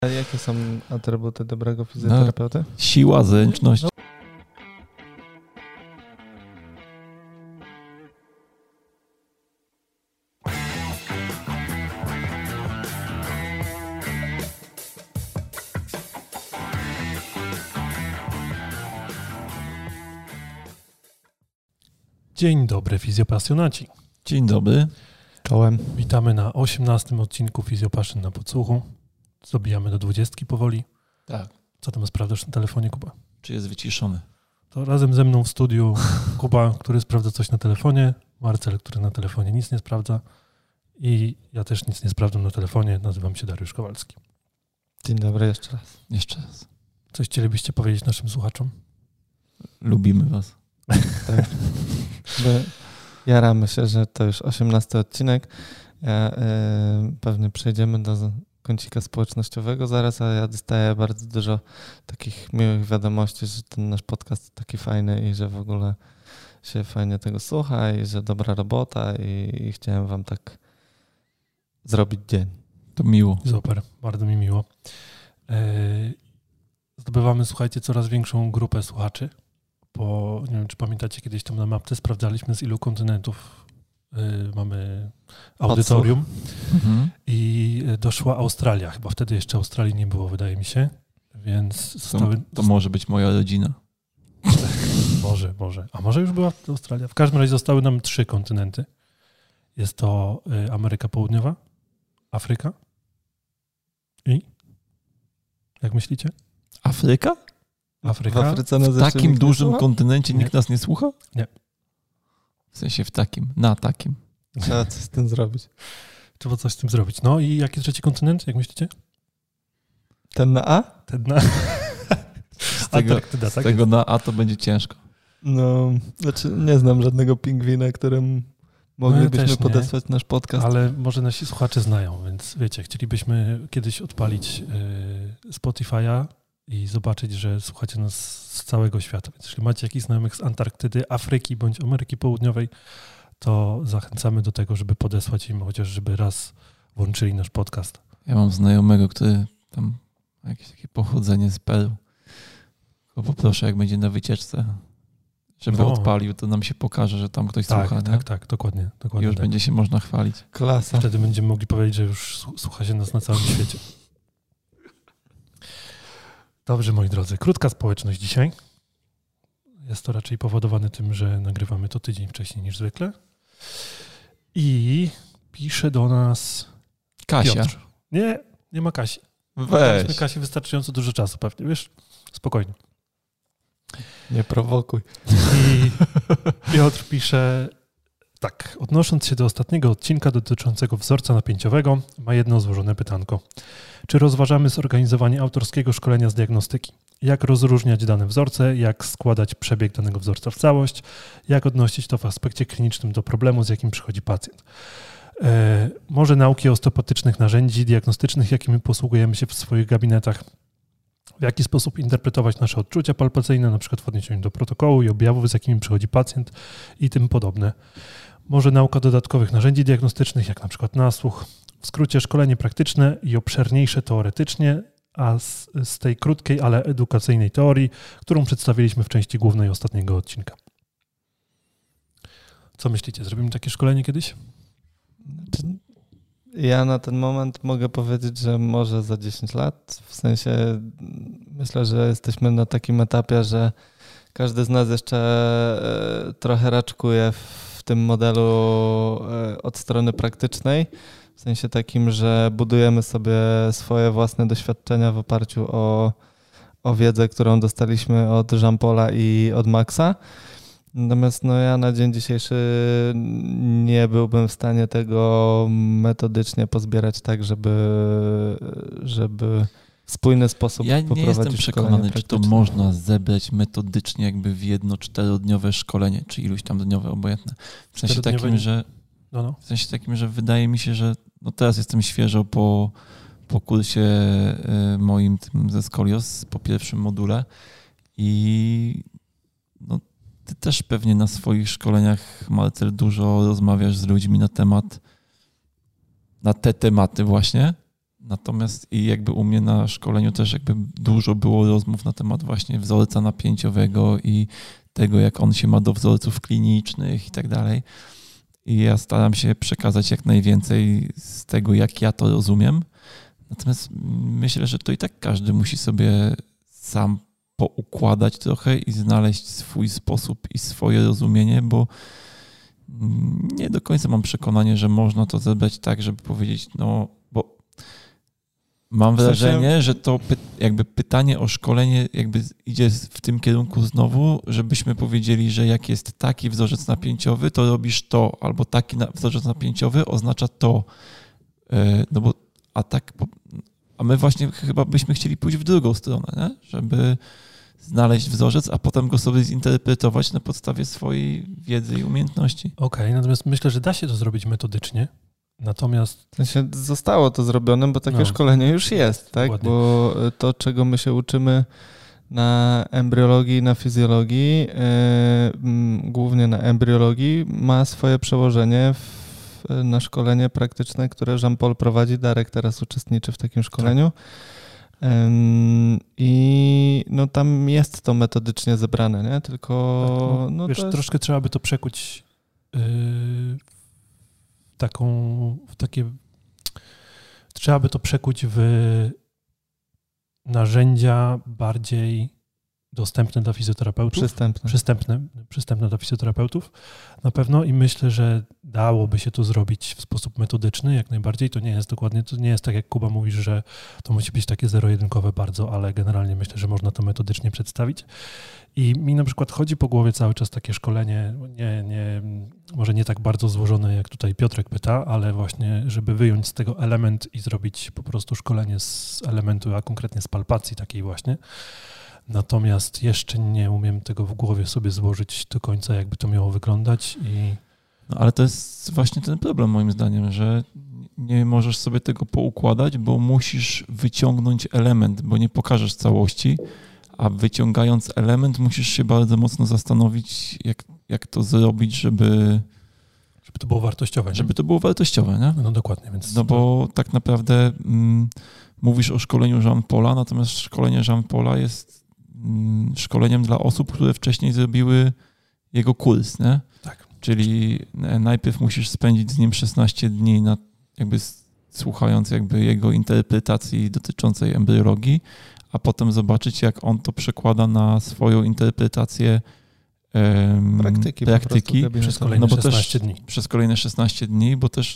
A jakie są atrybuty dobrego fizjoterapeuty? Siła, zręczność. Dzień dobry, fizjopasjonaci. Dzień dobry. Czołem. Witamy na 18 odcinku Fizjopaszyn na podsłuchu. Dobijamy do 20 powoli. Tak. Co tam sprawdzasz na telefonie, Kuba? Czy jest wyciszony? To razem ze mną w studiu Kuba, który sprawdza coś na telefonie, Marcel, który na telefonie nic nie sprawdza i ja też nic nie sprawdzam na telefonie. Nazywam się Dariusz Kowalski. Dzień dobry jeszcze raz. Jeszcze raz. Coś chcielibyście powiedzieć naszym słuchaczom? Lubimy was. Tak. Jaramy się, że to już 18 odcinek. Pewnie przejdziemy do kącika społecznościowego zaraz, a ja dostaję bardzo dużo takich miłych wiadomości, że ten nasz podcast taki fajny i że w ogóle się fajnie tego słucha i że dobra robota i chciałem wam tak zrobić dzień. To miło. Super, bardzo mi miło. Zdobywamy, słuchajcie, coraz większą grupę słuchaczy. Bo nie wiem, czy pamiętacie, kiedyś tam na mapce sprawdzaliśmy, z ilu kontynentów mamy audytorium. I doszła Australia. Chyba wtedy jeszcze Australii nie było, wydaje mi się. Więc to może być moja rodzina. Może. A może już była Australia? W każdym razie zostały nam 3 kontynenty. Jest to Ameryka Południowa, Afryka i... Jak myślicie? Afryka? Afryka. W Afryce W takim dużym kontynencie nikt Nie. nas nie słucha? Nie. W sensie na takim. Trzeba coś z tym zrobić. Trzeba coś z tym zrobić. No i jaki trzeci kontynent, jak myślicie? Ten na A? Ten na... Antarktyda, Z tak? tego na A to będzie ciężko. No, znaczy nie znam żadnego pingwina, którym moglibyśmy też nie. podesłać nasz podcast. Ale może nasi słuchacze znają, więc wiecie, chcielibyśmy kiedyś odpalić Spotify'a i zobaczyć, że słuchacie nas z całego świata. Więc jeśli macie jakichś znajomych z Antarktydy, Afryki bądź Ameryki Południowej, to zachęcamy do tego, żeby podesłać im chociaż, żeby raz włączyli nasz podcast. Ja mam znajomego, który tam ma jakieś takie pochodzenie z Peru. Go poproszę, jak będzie na wycieczce, żeby odpalił, to nam się pokaże, że tam ktoś słucha. Tak, dokładnie. I już tak. będzie się można chwalić. Klasa. Wtedy będziemy mogli powiedzieć, że już słucha się nas na całym świecie. Dobrze, moi drodzy, krótka społeczność dzisiaj. Jest to raczej powodowane tym, że nagrywamy to tydzień wcześniej niż zwykle. I pisze do nas Kasia. Piotr. Nie ma Kasi. Weź. Daliśmy Kasi wystarczająco dużo czasu pewnie, wiesz? Spokojnie. Nie prowokuj. I Piotr pisze tak. Odnosząc się do ostatniego odcinka dotyczącego wzorca napięciowego, ma jedno złożone pytanko. Czy rozważamy zorganizowanie autorskiego szkolenia z diagnostyki? Jak rozróżniać dane wzorce, jak składać przebieg danego wzorca w całość, jak odnosić to w aspekcie klinicznym do problemu, z jakim przychodzi pacjent? Może nauki osteopatycznych narzędzi diagnostycznych, jakimi posługujemy się w swoich gabinetach, w jaki sposób interpretować nasze odczucia palpacyjne, na przykład w odniesieniu do protokołu i objawów, z jakimi przychodzi pacjent i tym podobne. Może nauka dodatkowych narzędzi diagnostycznych, jak na przykład nasłuch. W skrócie szkolenie praktyczne i obszerniejsze teoretycznie, a z tej krótkiej, ale edukacyjnej teorii, którą przedstawiliśmy w części głównej ostatniego odcinka. Co myślicie? Zrobimy takie szkolenie kiedyś? Ja na ten moment mogę powiedzieć, że może za 10 lat. W sensie myślę, że jesteśmy na takim etapie, że każdy z nas jeszcze trochę raczkuje w tym modelu od strony praktycznej. W sensie takim, że budujemy sobie swoje własne doświadczenia w oparciu o wiedzę, którą dostaliśmy od Jean-Paula i od Maxa. Natomiast ja na dzień dzisiejszy nie byłbym w stanie tego metodycznie pozbierać tak, żeby w spójny sposób poprowadzić Ja nie jestem przekonany, czy to praktyczne. można zebrać metodycznie jakby w jedno 4-dniowe szkolenie, czy iluś tam dniowe, obojętne. W sensie takim, że w sensie takim, że wydaje mi się, że teraz jestem świeżo po kursie moim tym ze Skolios, po pierwszym module i ty też pewnie na swoich szkoleniach, Marcel, dużo rozmawiasz z ludźmi na te tematy właśnie. Natomiast i jakby u mnie na szkoleniu też jakby dużo było rozmów na temat właśnie wzorca napięciowego i tego, jak on się ma do wzorców klinicznych i tak dalej. I ja staram się przekazać jak najwięcej z tego, jak ja to rozumiem. Natomiast myślę, że to i tak każdy musi sobie sam poukładać trochę i znaleźć swój sposób i swoje rozumienie, bo nie do końca mam przekonanie, że można to zebrać tak, żeby powiedzieć, no bo mam wrażenie, że to jakby pytanie o szkolenie jakby idzie w tym kierunku znowu, żebyśmy powiedzieli, że jak jest taki wzorzec napięciowy, to robisz to, albo taki wzorzec napięciowy oznacza to. No bo a my właśnie chyba byśmy chcieli pójść w drugą stronę, nie? Żeby znaleźć wzorzec, a potem go sobie zinterpretować na podstawie swojej wiedzy i umiejętności. Okej, natomiast myślę, że da się to zrobić metodycznie. Natomiast... W sensie zostało to zrobione, bo takie szkolenie już jest, tak? Ładnie. Bo to, czego my się uczymy na embriologii i na fizjologii, głównie na embriologii, ma swoje przełożenie na szkolenie praktyczne, które Jean-Paul prowadzi. Darek teraz uczestniczy w takim szkoleniu. Tak. I no tam jest to metodycznie zebrane, nie? Tylko... Tak, no, wiesz, to jest... troszkę trzeba by to przekuć trzeba by to przekuć w narzędzia bardziej dostępne dla fizjoterapeutów. Przystępne dla fizjoterapeutów na pewno i myślę, że dałoby się to zrobić w sposób metodyczny jak najbardziej. To nie jest tak jak Kuba mówisz, że to musi być takie zero-jedynkowe bardzo, ale generalnie myślę, że można to metodycznie przedstawić. I mi na przykład chodzi po głowie cały czas takie szkolenie, może nie tak bardzo złożone, jak tutaj Piotrek pyta, ale właśnie, żeby wyjąć z tego element i zrobić po prostu szkolenie z elementu, a konkretnie z palpacji takiej właśnie. Natomiast jeszcze nie umiem tego w głowie sobie złożyć do końca, jakby to miało wyglądać. No, ale to jest właśnie ten problem moim zdaniem, że nie możesz sobie tego poukładać, bo musisz wyciągnąć element, bo nie pokażesz całości, a wyciągając element musisz się bardzo mocno zastanowić, jak to zrobić, żeby to było wartościowe. Żeby to było wartościowe, nie? No dokładnie. Więc no bo tak naprawdę mówisz o szkoleniu Jean-Paula, natomiast szkolenie Jean-Paula jest szkoleniem dla osób, które wcześniej zrobiły jego kurs, nie? Tak. Czyli najpierw musisz spędzić z nim 16 dni słuchając jego interpretacji dotyczącej embriologii, a potem zobaczyć, jak on to przekłada na swoją interpretację praktyki przez kolejne 16 dni. Przez kolejne 16 dni, bo też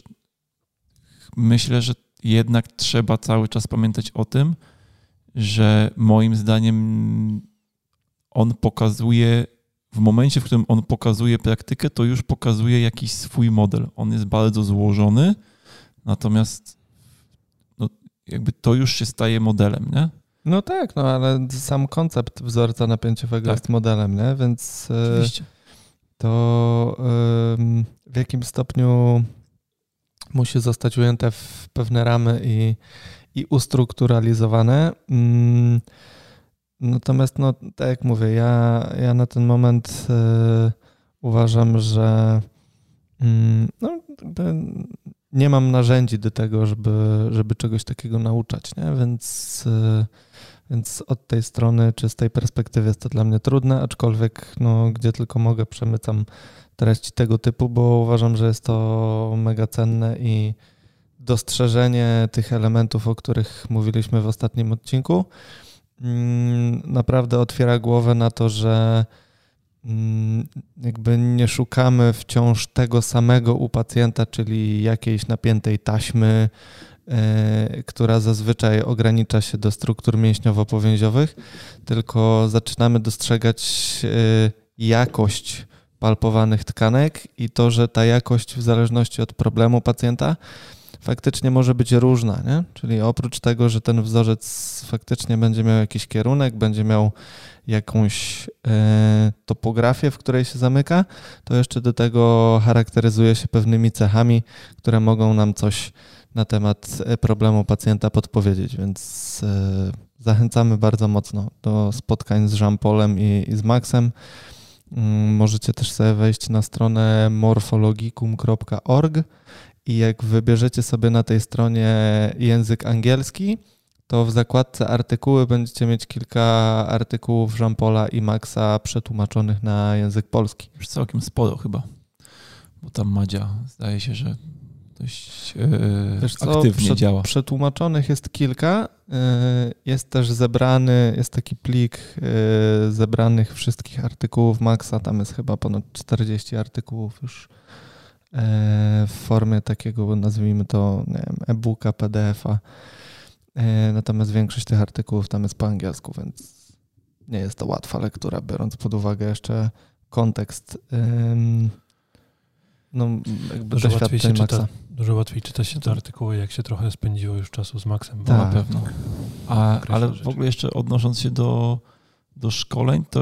myślę, że jednak trzeba cały czas pamiętać o tym, że moim zdaniem on pokazuje, w momencie, w którym on pokazuje praktykę, to już pokazuje jakiś swój model. On jest bardzo złożony, natomiast jakby to już się staje modelem, nie? No tak, ale sam koncept wzorca napięciowego jest modelem, nie? Więc oczywiście. To w jakim stopniu musi zostać ujęte w pewne ramy i ustrukturalizowane. Natomiast, tak jak mówię, ja na ten moment uważam, że nie mam narzędzi do tego, żeby czegoś takiego nauczać, nie? Więc od tej strony, czy z tej perspektywy jest to dla mnie trudne, aczkolwiek gdzie tylko mogę, przemycam treści tego typu, bo uważam, że jest to mega cenne i dostrzeżenie tych elementów, o których mówiliśmy w ostatnim odcinku, naprawdę otwiera głowę na to, że jakby nie szukamy wciąż tego samego u pacjenta, czyli jakiejś napiętej taśmy, która zazwyczaj ogranicza się do struktur mięśniowo-powięziowych, tylko zaczynamy dostrzegać jakość palpowanych tkanek i to, że ta jakość w zależności od problemu pacjenta faktycznie może być różna, nie? Czyli oprócz tego, że ten wzorzec faktycznie będzie miał jakiś kierunek, będzie miał jakąś topografię, w której się zamyka, to jeszcze do tego charakteryzuje się pewnymi cechami, które mogą nam coś na temat problemu pacjenta podpowiedzieć, więc zachęcamy bardzo mocno do spotkań z Jean-Paulem i z Maxem. Możecie też sobie wejść na stronę morphologikum.org i jak wybierzecie sobie na tej stronie język angielski, to w zakładce artykuły będziecie mieć kilka artykułów Jean-Paula i Maxa przetłumaczonych na język polski. Już całkiem sporo chyba, bo tam Madzia zdaje się, że dość aktywnie działa. Przetłumaczonych jest kilka. Jest też jest taki plik zebranych wszystkich artykułów Maxa. Tam jest chyba ponad 40 artykułów już w formie takiego, nazwijmy to, nie wiem, e-booka, PDF-a. Natomiast większość tych artykułów tam jest po angielsku, więc nie jest to łatwa lektura, biorąc pod uwagę jeszcze kontekst jakby doświadczeń Maxa. Dużo łatwiej czyta się te artykuły, jak się trochę spędziło już czasu z Maxem. Tak, na pewno. Ale w ogóle jeszcze odnosząc się do szkoleń, to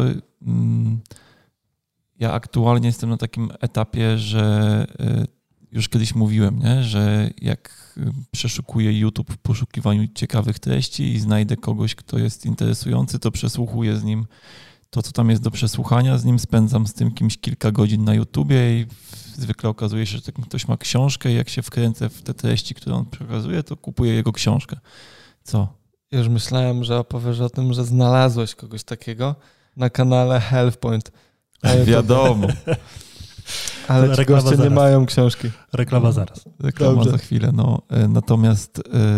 ja aktualnie jestem na takim etapie, że już kiedyś mówiłem, nie? Że jak przeszukuję YouTube w poszukiwaniu ciekawych treści i znajdę kogoś, kto jest interesujący, to przesłuchuję z nim to, co tam jest do przesłuchania, z nim spędzam z tym kimś kilka godzin na YouTubie i zwykle okazuje się, że ktoś ma książkę i jak się wkręcę w te treści, które on przekazuje, to kupuję jego książkę. Co? Już myślałem, że opowiesz o tym, że znalazłeś kogoś takiego na kanale Healthpoint. Wiadomo. Ale ci goście nie mają książki. Reklama zaraz. Reklama Dobrze. Za chwilę. No. Natomiast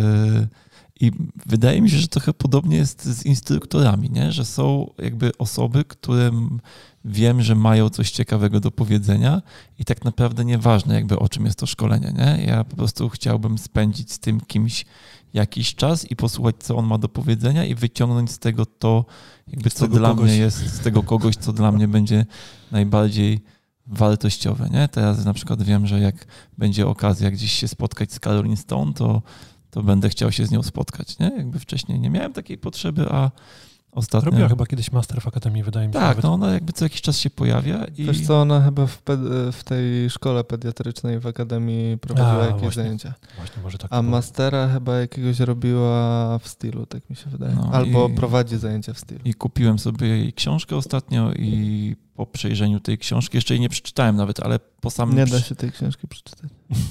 i wydaje mi się, że trochę podobnie jest z instruktorami, nie? Że są jakby osoby, które wiem, że mają coś ciekawego do powiedzenia i tak naprawdę nieważne jakby o czym jest to szkolenie, nie? Ja po prostu chciałbym spędzić z tym kimś jakiś czas i posłuchać, co on ma do powiedzenia i wyciągnąć z tego to, jakby co dla mnie jest, z tego kogoś, co dla mnie będzie najbardziej wartościowe, nie? Teraz na przykład wiem, że jak będzie okazja gdzieś się spotkać z Caroline Stone, to będę chciał się z nią spotkać, nie? Jakby wcześniej nie miałem takiej potrzeby, a ostatnio... Robiła chyba kiedyś master w Akademii, wydaje mi się. Tak, no ona jakby co jakiś czas się pojawia i... Wiesz co, ona chyba w tej szkole pediatrycznej w Akademii prowadziła jakieś zajęcia. Właśnie, może tak. A mastera chyba jakiegoś robiła w stylu, tak mi się wydaje. No albo prowadzi zajęcia w stylu. I kupiłem sobie jej książkę ostatnio i po przejrzeniu tej książki, jeszcze jej nie przeczytałem nawet, ale po samym... Nie da się tej książki przeczytać.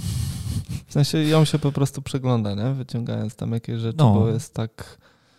W sensie ją się po prostu przegląda, nie? Wyciągając tam jakieś rzeczy, bo jest tak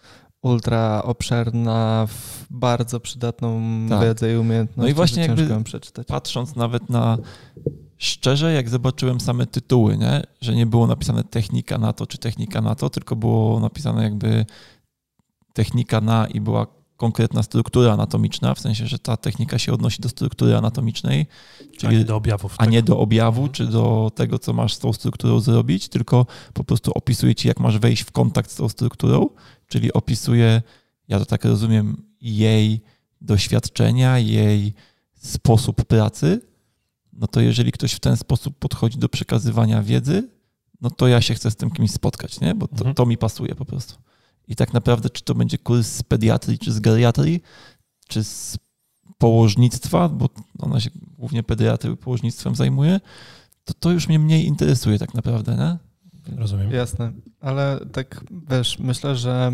ultra obszerna, w bardzo przydatną wiedzę i umiejętność. No i właśnie jakby przeczytać. Patrząc nawet na szczerze, jak zobaczyłem same tytuły, nie? Że nie było napisane technika na to czy technika na to, tylko było napisane jakby technika na i była konkretna struktura anatomiczna, w sensie, że ta technika się odnosi do struktury anatomicznej, czyli, a nie do objawów. A nie do objawu, czy do tego, co masz z tą strukturą zrobić, tylko po prostu opisuje ci, jak masz wejść w kontakt z tą strukturą, czyli opisuje, ja to tak rozumiem, jej doświadczenia, jej sposób pracy, no to jeżeli ktoś w ten sposób podchodzi do przekazywania wiedzy, no to ja się chcę z tym kimś spotkać, nie? Bo to mi pasuje po prostu. I tak naprawdę, czy to będzie kurs z pediatrii, czy z geriatrii, czy z położnictwa, bo ona się głównie pediatrią i położnictwem zajmuje, to już mnie mniej interesuje tak naprawdę, nie? Rozumiem. Jasne, ale tak wiesz, myślę, że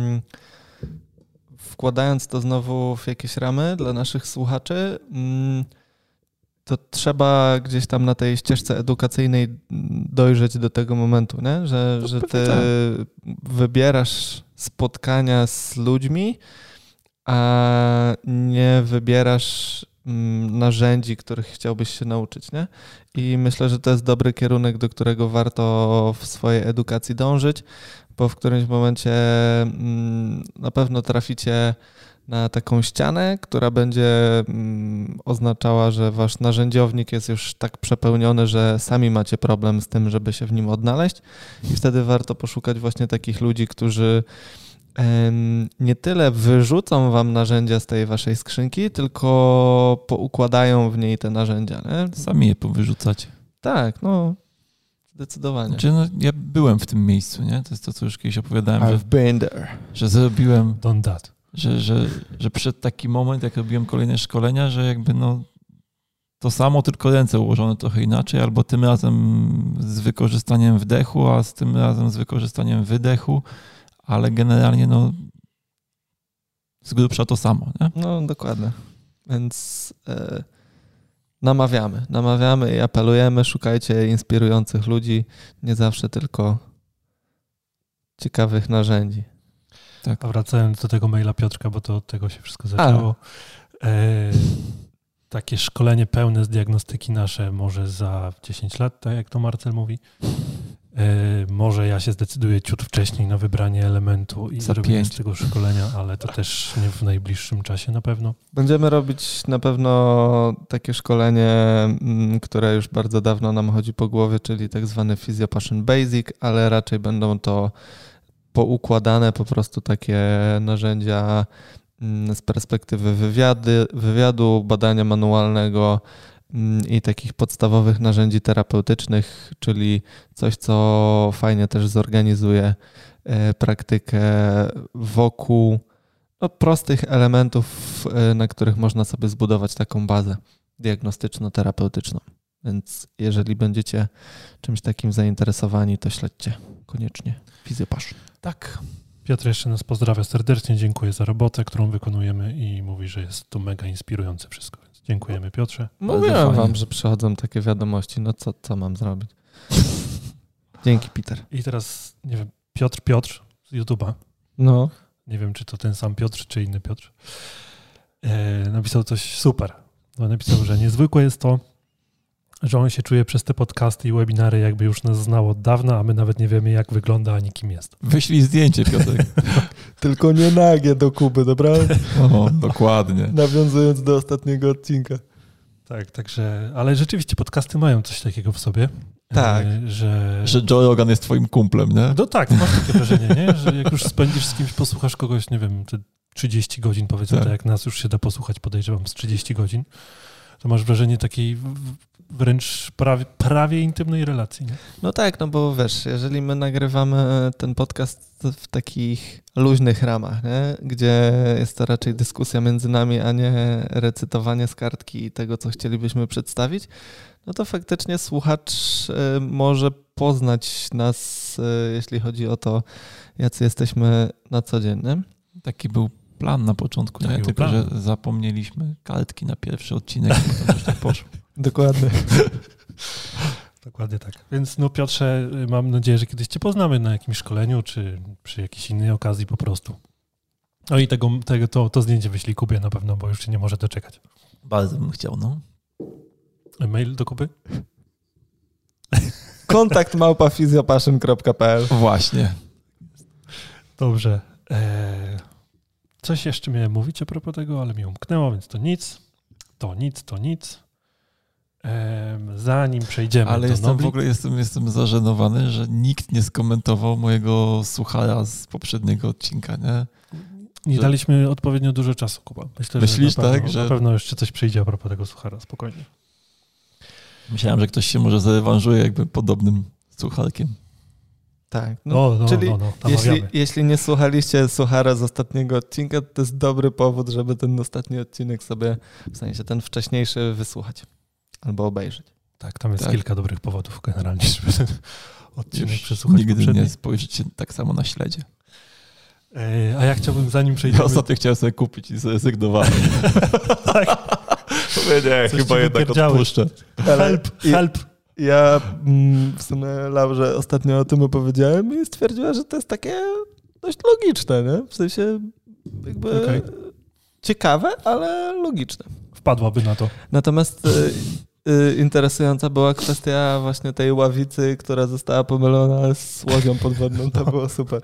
wkładając to znowu w jakieś ramy dla naszych słuchaczy, to trzeba gdzieś tam na tej ścieżce edukacyjnej dojrzeć do tego momentu, nie? Że ty wybierasz spotkania z ludźmi, a nie wybierasz narzędzi, których chciałbyś się nauczyć, nie? I myślę, że to jest dobry kierunek, do którego warto w swojej edukacji dążyć, bo w którymś momencie na pewno traficie na taką ścianę, która będzie oznaczała, że wasz narzędziownik jest już tak przepełniony, że sami macie problem z tym, żeby się w nim odnaleźć i wtedy warto poszukać właśnie takich ludzi, którzy nie tyle wyrzucą wam narzędzia z tej waszej skrzynki, tylko poukładają w niej te narzędzia. Nie? Sami je powyrzucacie. Tak, no zdecydowanie. Znaczy, no, ja byłem w tym miejscu, nie? To jest to, co już kiedyś opowiadałem, że zrobiłem... Don't that. Że przed taki moment, jak robiłem kolejne szkolenia, że jakby no to samo, tylko ręce ułożone trochę inaczej, albo tym razem z wykorzystaniem wdechu, a z tym razem z wykorzystaniem wydechu, ale generalnie no z grubsza to samo, nie? No dokładnie. Więc namawiamy i apelujemy, szukajcie inspirujących ludzi, nie zawsze tylko ciekawych narzędzi. Tak. A wracając do tego maila Piotrka, bo to od tego się wszystko zaczęło. Takie szkolenie pełne z diagnostyki nasze może za 10 lat, tak jak to Marcel mówi. Może ja się zdecyduję ciut wcześniej na wybranie elementu i zrobienie z tego szkolenia, ale to też nie w najbliższym czasie na pewno. Będziemy robić na pewno takie szkolenie, które już bardzo dawno nam chodzi po głowie, czyli tak zwany Physio Passion Basic, ale raczej będą to poukładane po prostu takie narzędzia z perspektywy wywiadu, badania manualnego i takich podstawowych narzędzi terapeutycznych, czyli coś, co fajnie też zorganizuje praktykę wokół prostych elementów, na których można sobie zbudować taką bazę diagnostyczno-terapeutyczną. Więc jeżeli będziecie czymś takim zainteresowani, to śledźcie koniecznie Physio Passion. Tak. Piotr jeszcze nas pozdrawia serdecznie, dziękuję za robotę, którą wykonujemy i mówi, że jest to mega inspirujące wszystko. Więc dziękujemy, Piotrze. Mówiłem wam, że przychodzą takie wiadomości. No co mam zrobić? Dzięki, Peter. I teraz, nie wiem, Piotr z YouTube'a. No. Nie wiem, czy to ten sam Piotr, czy inny Piotr. Napisał coś super. Napisał, że niezwykłe jest to, że on się czuje przez te podcasty i webinary, jakby już nas znał od dawna, a my nawet nie wiemy, jak wygląda ani kim jest. Wyślij zdjęcie, Piotrek. Tylko nie nagie do Kuby, dobra? O, dokładnie. Nawiązując do ostatniego odcinka. Tak, także, ale rzeczywiście podcasty mają coś takiego w sobie. Tak. Że Joe Rogan jest twoim kumplem, nie? No tak, masz takie wrażenie, nie? Że jak już spędzisz z kimś, posłuchasz kogoś, nie wiem, 30 godzin, powiedzmy, tak jak nas już się da posłuchać, podejrzewam, z 30 godzin, to masz wrażenie takiej wręcz prawie intymnej relacji. Nie? No tak, no bo wiesz, jeżeli my nagrywamy ten podcast w takich luźnych ramach, nie? Gdzie jest to raczej dyskusja między nami, a nie recytowanie z kartki i tego, co chcielibyśmy przedstawić, no to faktycznie słuchacz może poznać nas, jeśli chodzi o to, jacy jesteśmy na co dzień. Nie? Taki był plan na początku, nie? Tylko że zapomnieliśmy kartki na pierwszy odcinek i potem już tak poszło. Dokładnie. Dokładnie tak. Więc no Piotrze, mam nadzieję, że kiedyś cię poznamy na jakimś szkoleniu, czy przy jakiejś innej okazji po prostu. No i to zdjęcie wyślij Kubie na pewno, bo już się nie może doczekać. Bardzo bym chciał, no. Mail do Kuby? kontakt@physiopassion.pl. Właśnie. Dobrze. Coś jeszcze miałem mówić a propos tego, ale mi umknęło, więc to nic. Zanim przejdziemy ale do w ogóle jestem zażenowany, że nikt nie skomentował mojego suchara z poprzedniego odcinka, nie? Nie daliśmy odpowiednio dużo czasu, Kuba. Myślisz, że na pewno, tak? Że... Na pewno jeszcze coś przyjdzie a propos tego suchara, spokojnie. Myślałem, że ktoś się może zarewanżuje jakby podobnym sucharkiem. Tak. Czyli jeśli nie słuchaliście suchara z ostatniego odcinka, to jest dobry powód, żeby ten ostatni odcinek sobie, w sensie ten wcześniejszy, wysłuchać albo obejrzeć. Tak, tam jest kilka dobrych powodów generalnie, żeby ten odcinek przesłuchać. Nigdy nie spojrzycie tak samo na śledzie. A ja chciałbym, zanim przejdziemy... Ja ostatnio chciałem sobie kupić i zrezygnowałem. Tak. Nie, chyba jednak odpuszczę. Help. Ja w sumie Laurze ostatnio o tym opowiedziałem i stwierdziła, że to jest takie dość logiczne, nie? W sensie jakby ciekawe, ale logiczne. Wpadłaby na to. Natomiast interesująca była kwestia właśnie tej ławicy, która została pomylona z łodzią podwodną. To było super.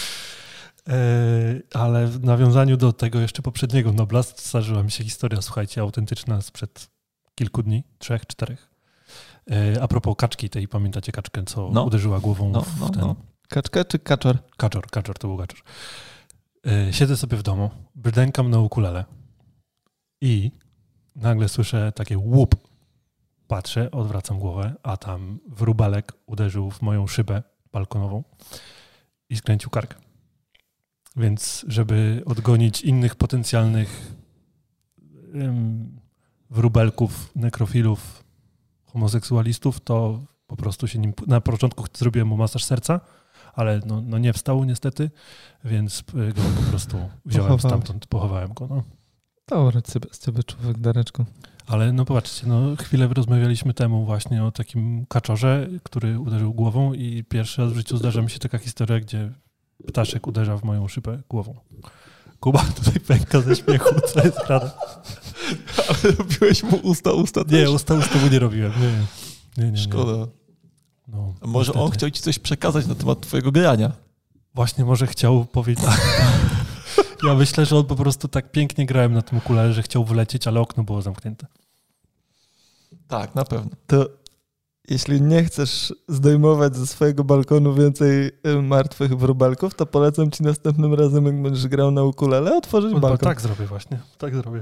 Ale w nawiązaniu do tego jeszcze poprzedniego Nobla zdarzyła mi się historia, słuchajcie, autentyczna sprzed kilku dni, 3, 4. A propos kaczki tej, pamiętacie kaczkę, co uderzyła głową w ten... Kaczkę czy kaczor? Kaczor, to był kaczor. Siedzę sobie w domu, brzdękam na ukulele i nagle słyszę takie łup. Patrzę, odwracam głowę, a tam wróbelek uderzył w moją szybę balkonową i skręcił kark. Więc żeby odgonić innych potencjalnych wróbelków, nekrofilów, homoseksualistów, to po prostu się nim... Na początku zrobiłem mu masaż serca, ale no nie wstał niestety, więc go po prostu wziąłem stamtąd, pochowałem go. No. Dobra, z ciebie człowiek, Dareczku. Ale no popatrzcie, no chwilę rozmawialiśmy temu właśnie o takim kaczorze, który uderzył głową i pierwszy raz w życiu zdarza mi się taka historia, gdzie ptaszek uderza w moją szybę głową. Kuba tutaj pęka ze śmiechu, co jest grane. Ale robiłeś mu usta też? Nie, usta mu nie robiłem. Nie. Szkoda. No, a może niestety. On chciał ci coś przekazać na temat twojego grania? Właśnie może chciał powiedzieć... Ja myślę, że on po prostu tak pięknie grałem na tym ukulerze, że chciał wylecieć, ale okno było zamknięte. Tak, na pewno. To jeśli nie chcesz zdejmować ze swojego balkonu więcej martwych wróbelków, to polecam ci następnym razem, jak będziesz grał na ukulele, otworzyć balkon. Tak zrobię właśnie, tak zrobię.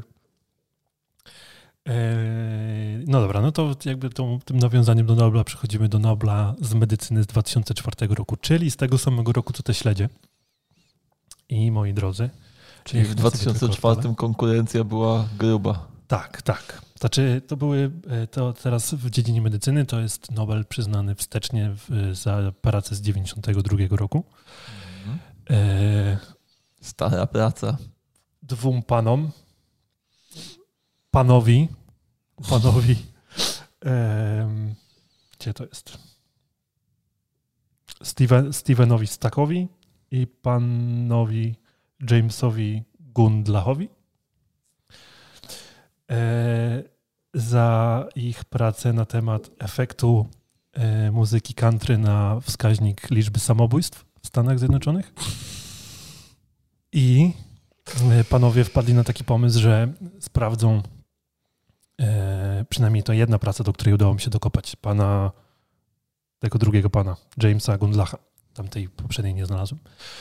No dobra, no to jakby tym nawiązaniem do Nobla przechodzimy do Nobla z medycyny z 2004 roku, czyli z tego samego roku, co te śledzie. I moi drodzy... Czyli w 2004 konkurencja była gruba. Tak. Znaczy to teraz w dziedzinie medycyny to jest Nobel przyznany wstecznie za pracę z 92 roku. Stara praca. Dwóm panowi, gdzie to jest? Stevenowi Stackowi i panowi Jamesowi Gundlachowi za ich pracę na temat efektu muzyki country na wskaźnik liczby samobójstw w Stanach Zjednoczonych. I panowie wpadli na taki pomysł, że sprawdzą przynajmniej to jedna praca, do której udało mi się dokopać, tego drugiego pana, Jamesa Gundlacha. Tamtej poprzedniej nie znalazłem.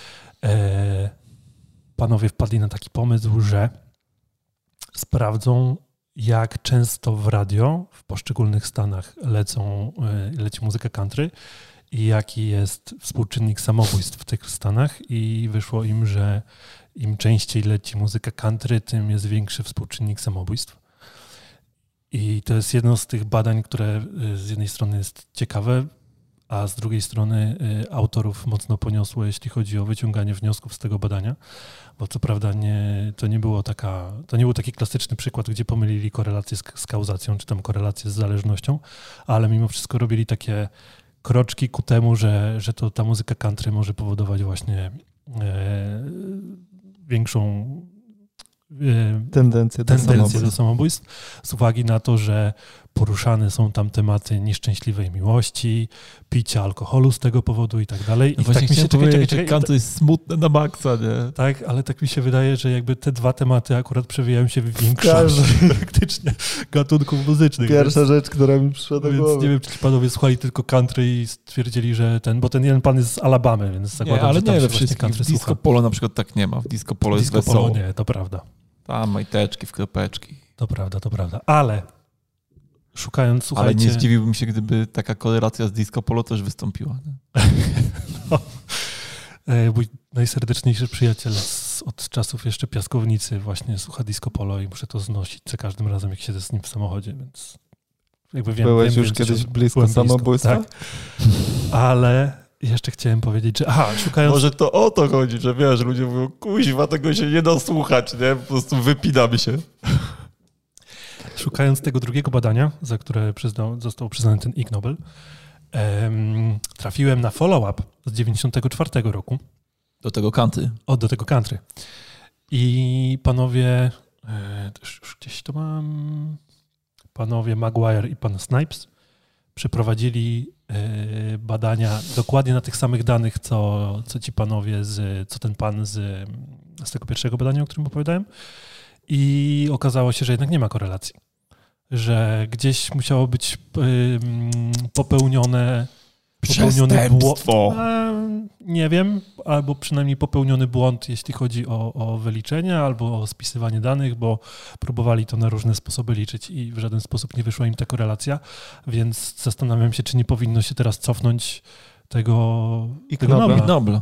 Panowie wpadli na taki pomysł, że sprawdzą, jak często w radio w poszczególnych stanach leci muzyka country i jaki jest współczynnik samobójstw w tych stanach i wyszło im, że im częściej leci muzyka country, tym jest większy współczynnik samobójstw. I to jest jedno z tych badań, które z jednej strony jest ciekawe, a z drugiej strony autorów mocno poniosło, jeśli chodzi o wyciąganie wniosków z tego badania, bo co prawda to nie był taki klasyczny przykład, gdzie pomylili korelację z kauzacją, czy tam korelację z zależnością, ale mimo wszystko robili takie kroczki ku temu, że ta muzyka country może powodować właśnie większą tendencję do samobójstw z uwagi na to, że poruszane są tam tematy nieszczęśliwej miłości, picia alkoholu z tego powodu i tak dalej. No właśnie tak mi się powiedzieć, że country jest smutne na maksa, nie? Tak, ale tak mi się wydaje, że jakby te dwa tematy akurat przewijają się w większości praktycznie gatunków muzycznych. Pierwsza rzecz, która mi przyszła do głowy. Nie wiem, czy panowie słuchali tylko country i stwierdzili, że bo ten jeden pan jest z Alabamy, więc zakładam, ale że tam nie się we wszystkich. country W disco polo na przykład tak nie ma. W disco polo jest wesoło. Nie, to prawda. Tam majteczki w kropeczki. To prawda. Ale szukając, słuchajcie... Ale nie zdziwiłbym się, gdyby taka korelacja z disco polo też wystąpiła. No. Mój najserdeczniejszy przyjaciel od czasów jeszcze piaskownicy właśnie słucha disco polo i muszę to znosić za każdym razem, jak siedzę z nim w samochodzie, więc jakby wiem... Byłeś już kiedyś blisko samobójstwa? Tak. Ale jeszcze chciałem powiedzieć, że szukając... Może to o to chodzi, że wiesz, ludzie mówią, kuźwa, tego się nie da słuchać, nie? Po prostu wypinamy się. Szukając tego drugiego badania, za które został przyznany ten Ig Nobel, trafiłem na follow-up z 94 roku. Do tego country. Do tego country. I panowie, już gdzieś to mam, panowie Maguire i pan Snipes przeprowadzili badania dokładnie na tych samych danych, co ci panowie, co ten pan z tego pierwszego badania, o którym opowiadałem. I okazało się, że jednak nie ma korelacji. Że gdzieś musiało być popełniony błąd. Nie wiem, albo przynajmniej popełniony błąd, jeśli chodzi o wyliczenia, albo o spisywanie danych, bo próbowali to na różne sposoby liczyć i w żaden sposób nie wyszła im ta korelacja, więc zastanawiam się, czy nie powinno się teraz cofnąć tego Nobla.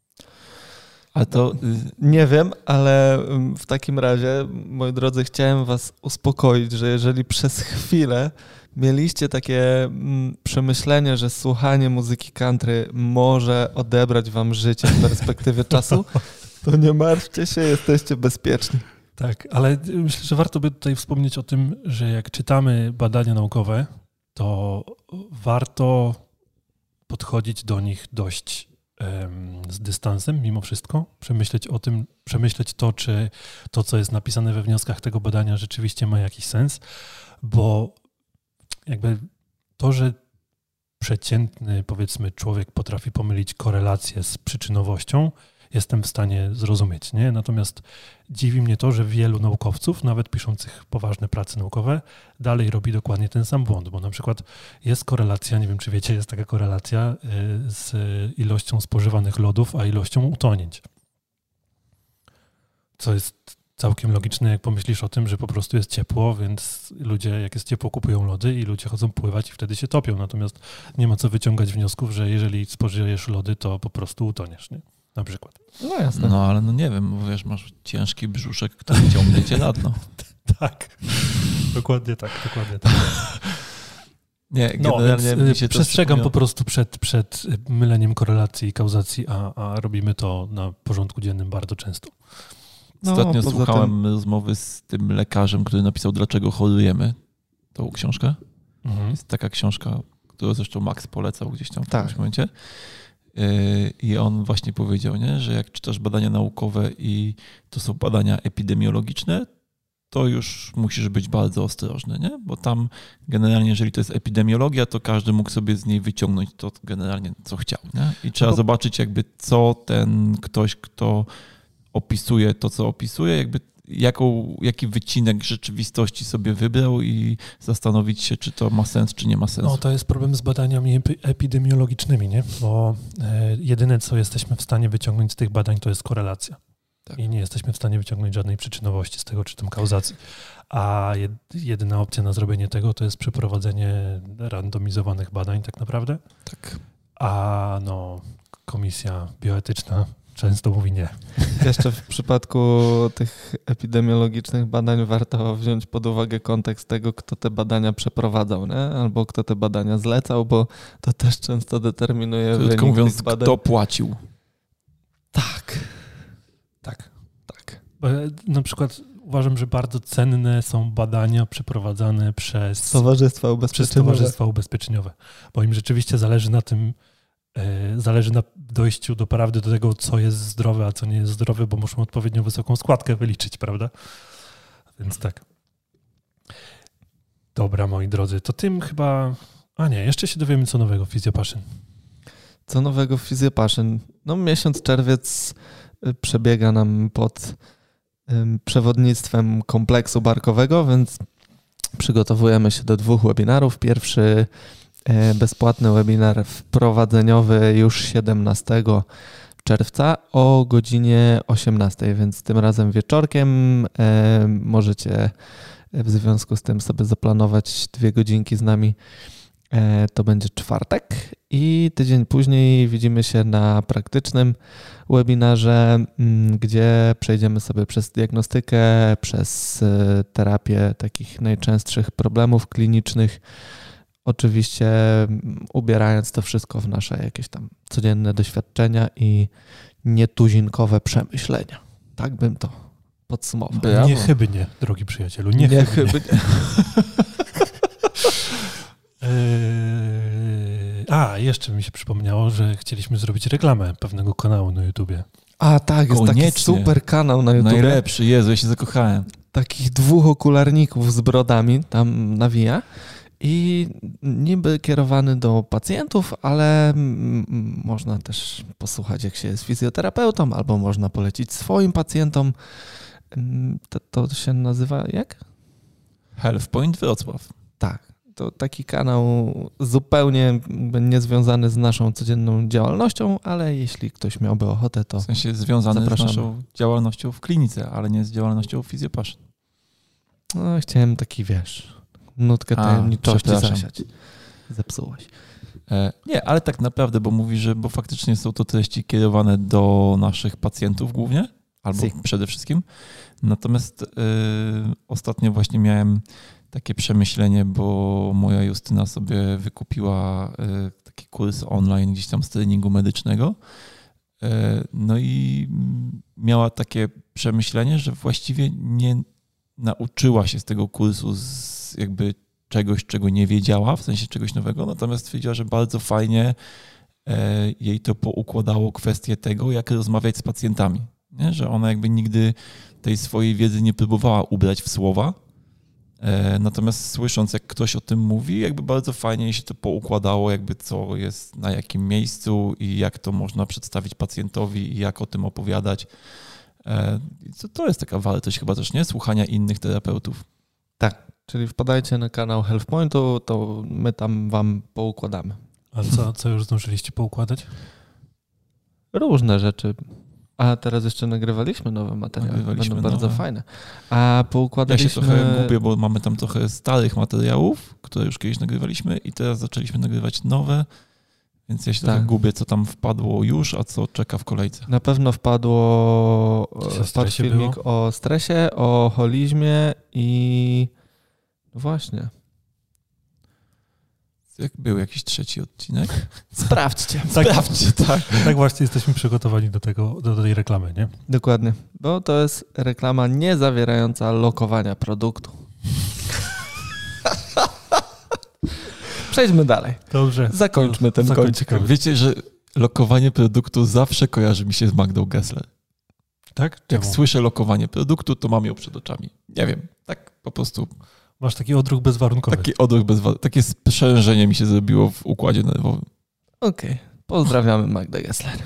Ale to nie wiem, ale w takim razie, moi drodzy, chciałem was uspokoić, że jeżeli przez chwilę mieliście takie przemyślenie, że słuchanie muzyki country może odebrać wam życie w perspektywie czasu, to nie martwcie się, jesteście bezpieczni. Tak, ale myślę, że warto by tutaj wspomnieć o tym, że jak czytamy badania naukowe, to warto podchodzić do nich dość z dystansem mimo wszystko, przemyśleć to, czy to, co jest napisane we wnioskach tego badania rzeczywiście ma jakiś sens, bo jakby to, że przeciętny, powiedzmy, człowiek potrafi pomylić korelację z przyczynowością, jestem w stanie zrozumieć, nie? Natomiast dziwi mnie to, że wielu naukowców, nawet piszących poważne prace naukowe, dalej robi dokładnie ten sam błąd, bo na przykład jest korelacja, nie wiem czy wiecie, jest taka korelacja z ilością spożywanych lodów, a ilością utonięć. Co jest całkiem logiczne, jak pomyślisz o tym, że po prostu jest ciepło, więc ludzie, jak jest ciepło, kupują lody i ludzie chodzą pływać i wtedy się topią. Natomiast nie ma co wyciągać wniosków, że jeżeli spożyjesz lody, to po prostu utoniesz, nie? Na przykład. No jasne. No ale no nie wiem, bo wiesz, masz ciężki brzuszek, który ciągnie cię na dno. Tak. Dokładnie tak. Nie, generalnie przestrzegam po prostu przed myleniem korelacji i kauzacji, a robimy to na porządku dziennym bardzo często. Ostatnio słuchałem rozmowy z tym lekarzem, który napisał Dlaczego chorujemy, tą książkę. Jest taka książka, którą zresztą Max polecał gdzieś tam w którymś momencie. I on właśnie powiedział, nie, że jak czytasz badania naukowe i to są badania epidemiologiczne, to już musisz być bardzo ostrożny, nie? Bo tam generalnie, jeżeli to jest epidemiologia, to każdy mógł sobie z niej wyciągnąć to generalnie, co chciał, nie? I trzeba zobaczyć jakby co ten ktoś, kto opisuje to, co opisuje, jakby jaki wycinek rzeczywistości sobie wybrał i zastanowić się, czy to ma sens, czy nie ma sensu. No to jest problem z badaniami epidemiologicznymi, nie? Bo jedyne, co jesteśmy w stanie wyciągnąć z tych badań, to jest korelacja. Tak. I nie jesteśmy w stanie wyciągnąć żadnej przyczynowości z tego, czy tam kauzacji. A jedyna opcja na zrobienie tego, to jest przeprowadzenie randomizowanych badań tak naprawdę. Tak. A komisja bioetyczna często mówi nie. Jeszcze w przypadku tych epidemiologicznych badań warto wziąć pod uwagę kontekst tego, kto te badania przeprowadzał, nie? Albo kto te badania zlecał, bo to też często determinuje wynik mówiąc, tych badań. Kto płacił. Tak. Bo na przykład uważam, że bardzo cenne są badania przeprowadzane przez towarzystwa ubezpieczeniowe, bo im rzeczywiście zależy na tym, zależy na dojściu do prawdy, do tego, co jest zdrowe, a co nie jest zdrowe, bo muszą odpowiednio wysoką składkę wyliczyć, prawda? Więc tak. Dobra, moi drodzy, to tym chyba... A nie, jeszcze się dowiemy, co nowego w PhysioPassion. Co nowego w PhysioPassion? Miesiąc czerwiec przebiega nam pod przewodnictwem kompleksu barkowego, więc przygotowujemy się do 2 webinarów. Pierwszy bezpłatny webinar wprowadzeniowy już 17 czerwca o godzinie 18, więc tym razem wieczorkiem możecie w związku z tym sobie zaplanować 2 godzinki z nami. To będzie czwartek i tydzień później widzimy się na praktycznym webinarze, gdzie przejdziemy sobie przez diagnostykę, przez terapię takich najczęstszych problemów klinicznych, oczywiście ubierając to wszystko w nasze jakieś tam codzienne doświadczenia i nietuzinkowe przemyślenia. Tak bym to podsumował. Niechybnie, drogi przyjacielu, niechybnie. Jeszcze mi się przypomniało, że chcieliśmy zrobić reklamę pewnego kanału na YouTubie. A tak, jest taki super kanał na YouTubie. Najlepszy, Jezu, ja się zakochałem. Takich 2 okularników z brodami tam nawija i niby kierowany do pacjentów, ale można też posłuchać, jak się jest fizjoterapeutą, albo można polecić swoim pacjentom. To się nazywa jak? Health Point Wrocław. Tak. To taki kanał zupełnie niezwiązany z naszą codzienną działalnością, ale jeśli ktoś miałby ochotę, to w sensie związany z naszą działalnością w klinice, ale nie z działalnością w PhysioPassion. Chciałem taki, nutkę tajemniczości zasiać. Zepsułaś. Nie, ale tak naprawdę, bo faktycznie są to treści kierowane do naszych pacjentów głównie, albo przede wszystkim. Natomiast ostatnio właśnie miałem takie przemyślenie, bo moja Justyna sobie wykupiła taki kurs online gdzieś tam z treningu medycznego No i miała takie przemyślenie, że właściwie nie nauczyła się z tego kursu jakby czegoś, czego nie wiedziała, w sensie czegoś nowego, natomiast stwierdziła, że bardzo fajnie jej to poukładało kwestię tego, jak rozmawiać z pacjentami. Nie? Że ona jakby nigdy tej swojej wiedzy nie próbowała ubrać w słowa, natomiast słysząc, jak ktoś o tym mówi, jakby bardzo fajnie jej się to poukładało, jakby co jest na jakim miejscu i jak to można przedstawić pacjentowi i jak o tym opowiadać. To jest taka wartość chyba też, nie? Słuchania innych terapeutów. Tak, czyli wpadajcie na kanał HealthPointu, to my tam wam poukładamy. A co już zdążyliście poukładać? Różne rzeczy. A teraz jeszcze nagrywaliśmy nowe materiały. Będą bardzo fajne. A poukładaliśmy... Ja się trochę gubię, bo mamy tam trochę starych materiałów, które już kiedyś nagrywaliśmy i teraz zaczęliśmy nagrywać nowe, więc ja się trochę gubię, co tam wpadło już, a co czeka w kolejce. Na pewno wpadł filmik o stresie, o holizmie i właśnie... Jak był jakiś trzeci odcinek? Sprawdźcie. Sprawdźcie, tak. Tak właśnie jesteśmy przygotowani do tej reklamy, nie? Dokładnie, bo to jest reklama nie zawierająca lokowania produktu. Przejdźmy dalej. Dobrze. Zakończmy ten kącik. Wiecie, że lokowanie produktu zawsze kojarzy mi się z Magdą Gessler. Tak? Jak słyszę lokowanie produktu, to mam ją przed oczami. Nie wiem, tak po prostu... Masz taki odruch bezwarunkowy. Taki odruch bezwarunkowy. Takie sprzężenie mi się zrobiło w układzie nerwowym. Okej. Pozdrawiamy Magdę Gessler.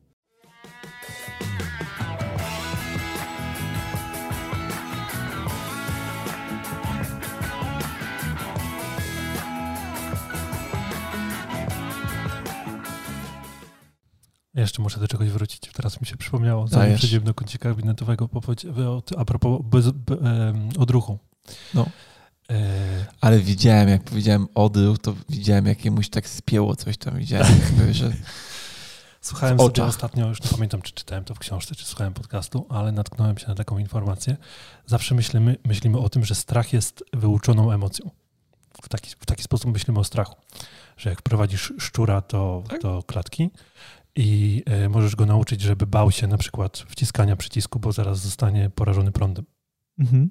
Ja jeszcze muszę do czegoś wrócić. Teraz mi się przypomniało, zanim przejdziemy do kącika gabinetowego, a propos odruchu. No. Ale widziałem, jak powiedziałem odruch, to widziałem, jak jemuś tak spięło coś tam. Widziałem, że słuchałem sobie ostatnio, już nie pamiętam, czy czytałem to w książce, czy słuchałem podcastu, ale natknąłem się na taką informację. Zawsze myślimy o tym, że strach jest wyuczoną emocją. W taki sposób myślimy o strachu. Że jak wprowadzisz szczura do klatki i możesz go nauczyć, żeby bał się na przykład wciskania przycisku, bo zaraz zostanie porażony prądem. Mhm.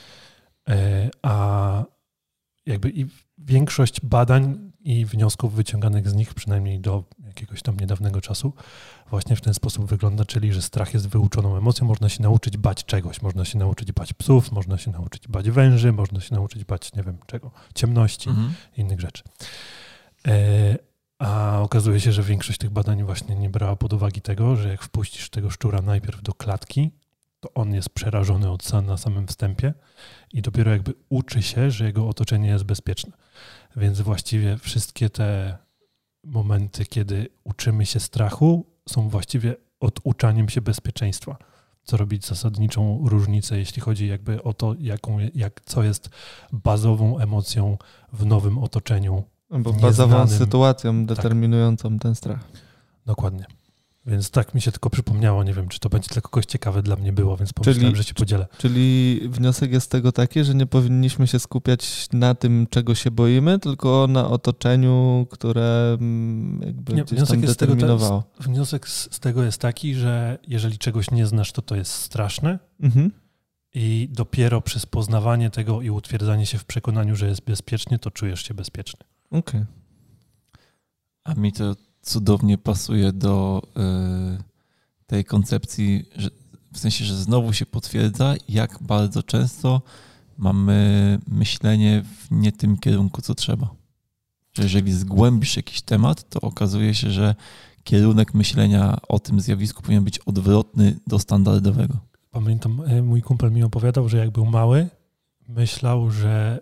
A jakby i większość badań i wniosków wyciąganych z nich, przynajmniej do jakiegoś tam niedawnego czasu, właśnie w ten sposób wygląda, czyli że strach jest wyuczoną emocją. Można się nauczyć bać czegoś, można się nauczyć bać psów, można się nauczyć bać węży, można się nauczyć bać nie wiem czego, ciemności, innych rzeczy. A okazuje się, że większość tych badań właśnie nie brała pod uwagę tego, że jak wpuścisz tego szczura najpierw do klatki, to on jest przerażony na samym wstępie i dopiero jakby uczy się, że jego otoczenie jest bezpieczne. Więc właściwie wszystkie te momenty, kiedy uczymy się strachu, są właściwie oduczaniem się bezpieczeństwa, co robi zasadniczą różnicę, jeśli chodzi jakby o to, co jest bazową emocją w nowym otoczeniu. Bo bazową sytuacją determinującą ten strach. Dokładnie. Więc tak mi się tylko przypomniało, nie wiem, czy to będzie dla kogoś ciekawe, dla mnie było, więc pomyślałem, że się podzielę. Czyli wniosek jest z tego taki, że nie powinniśmy się skupiać na tym, czego się boimy, tylko na otoczeniu, które jakby gdzieś tam determinowało. Wniosek z tego jest taki, że jeżeli czegoś nie znasz, to jest straszne i dopiero przez poznawanie tego i utwierdzanie się w przekonaniu, że jest bezpiecznie, to czujesz się bezpieczny. Okej. A mi to cudownie pasuje do tej koncepcji, że w sensie, że znowu się potwierdza, jak bardzo często mamy myślenie w nie tym kierunku, co trzeba. Że jeżeli zgłębisz jakiś temat, to okazuje się, że kierunek myślenia o tym zjawisku powinien być odwrotny do standardowego. Pamiętam, mój kumpel mi opowiadał, że jak był mały, myślał, że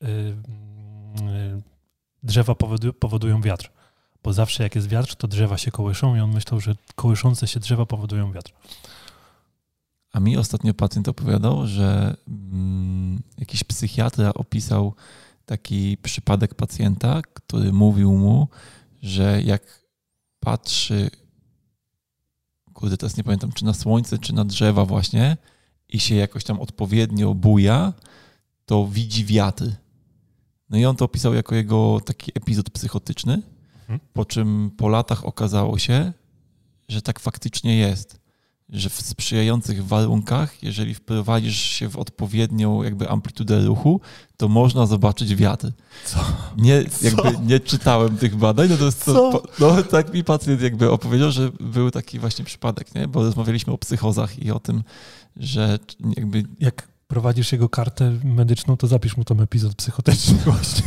drzewa powodują wiatr. Bo zawsze jak jest wiatr, to drzewa się kołyszą i on myślał, że kołyszące się drzewa powodują wiatr. A mi ostatnio pacjent opowiadał, że jakiś psychiatra opisał taki przypadek pacjenta, który mówił mu, że jak patrzy, teraz nie pamiętam, czy na słońce, czy na drzewa właśnie i się jakoś tam odpowiednio buja, to widzi wiatr. No i on to opisał jako jego taki epizod psychotyczny, po czym po latach okazało się, że tak faktycznie jest, że w sprzyjających warunkach, jeżeli wprowadzisz się w odpowiednią jakby amplitudę ruchu, to można zobaczyć wiatr. Co? Nie czytałem tych badań, tak mi pacjent jakby opowiedział, że był taki właśnie przypadek, nie? Bo rozmawialiśmy o psychozach i o tym, że jakby... Jak prowadzisz jego kartę medyczną, to zapisz mu tam epizod psychoteczny właśnie.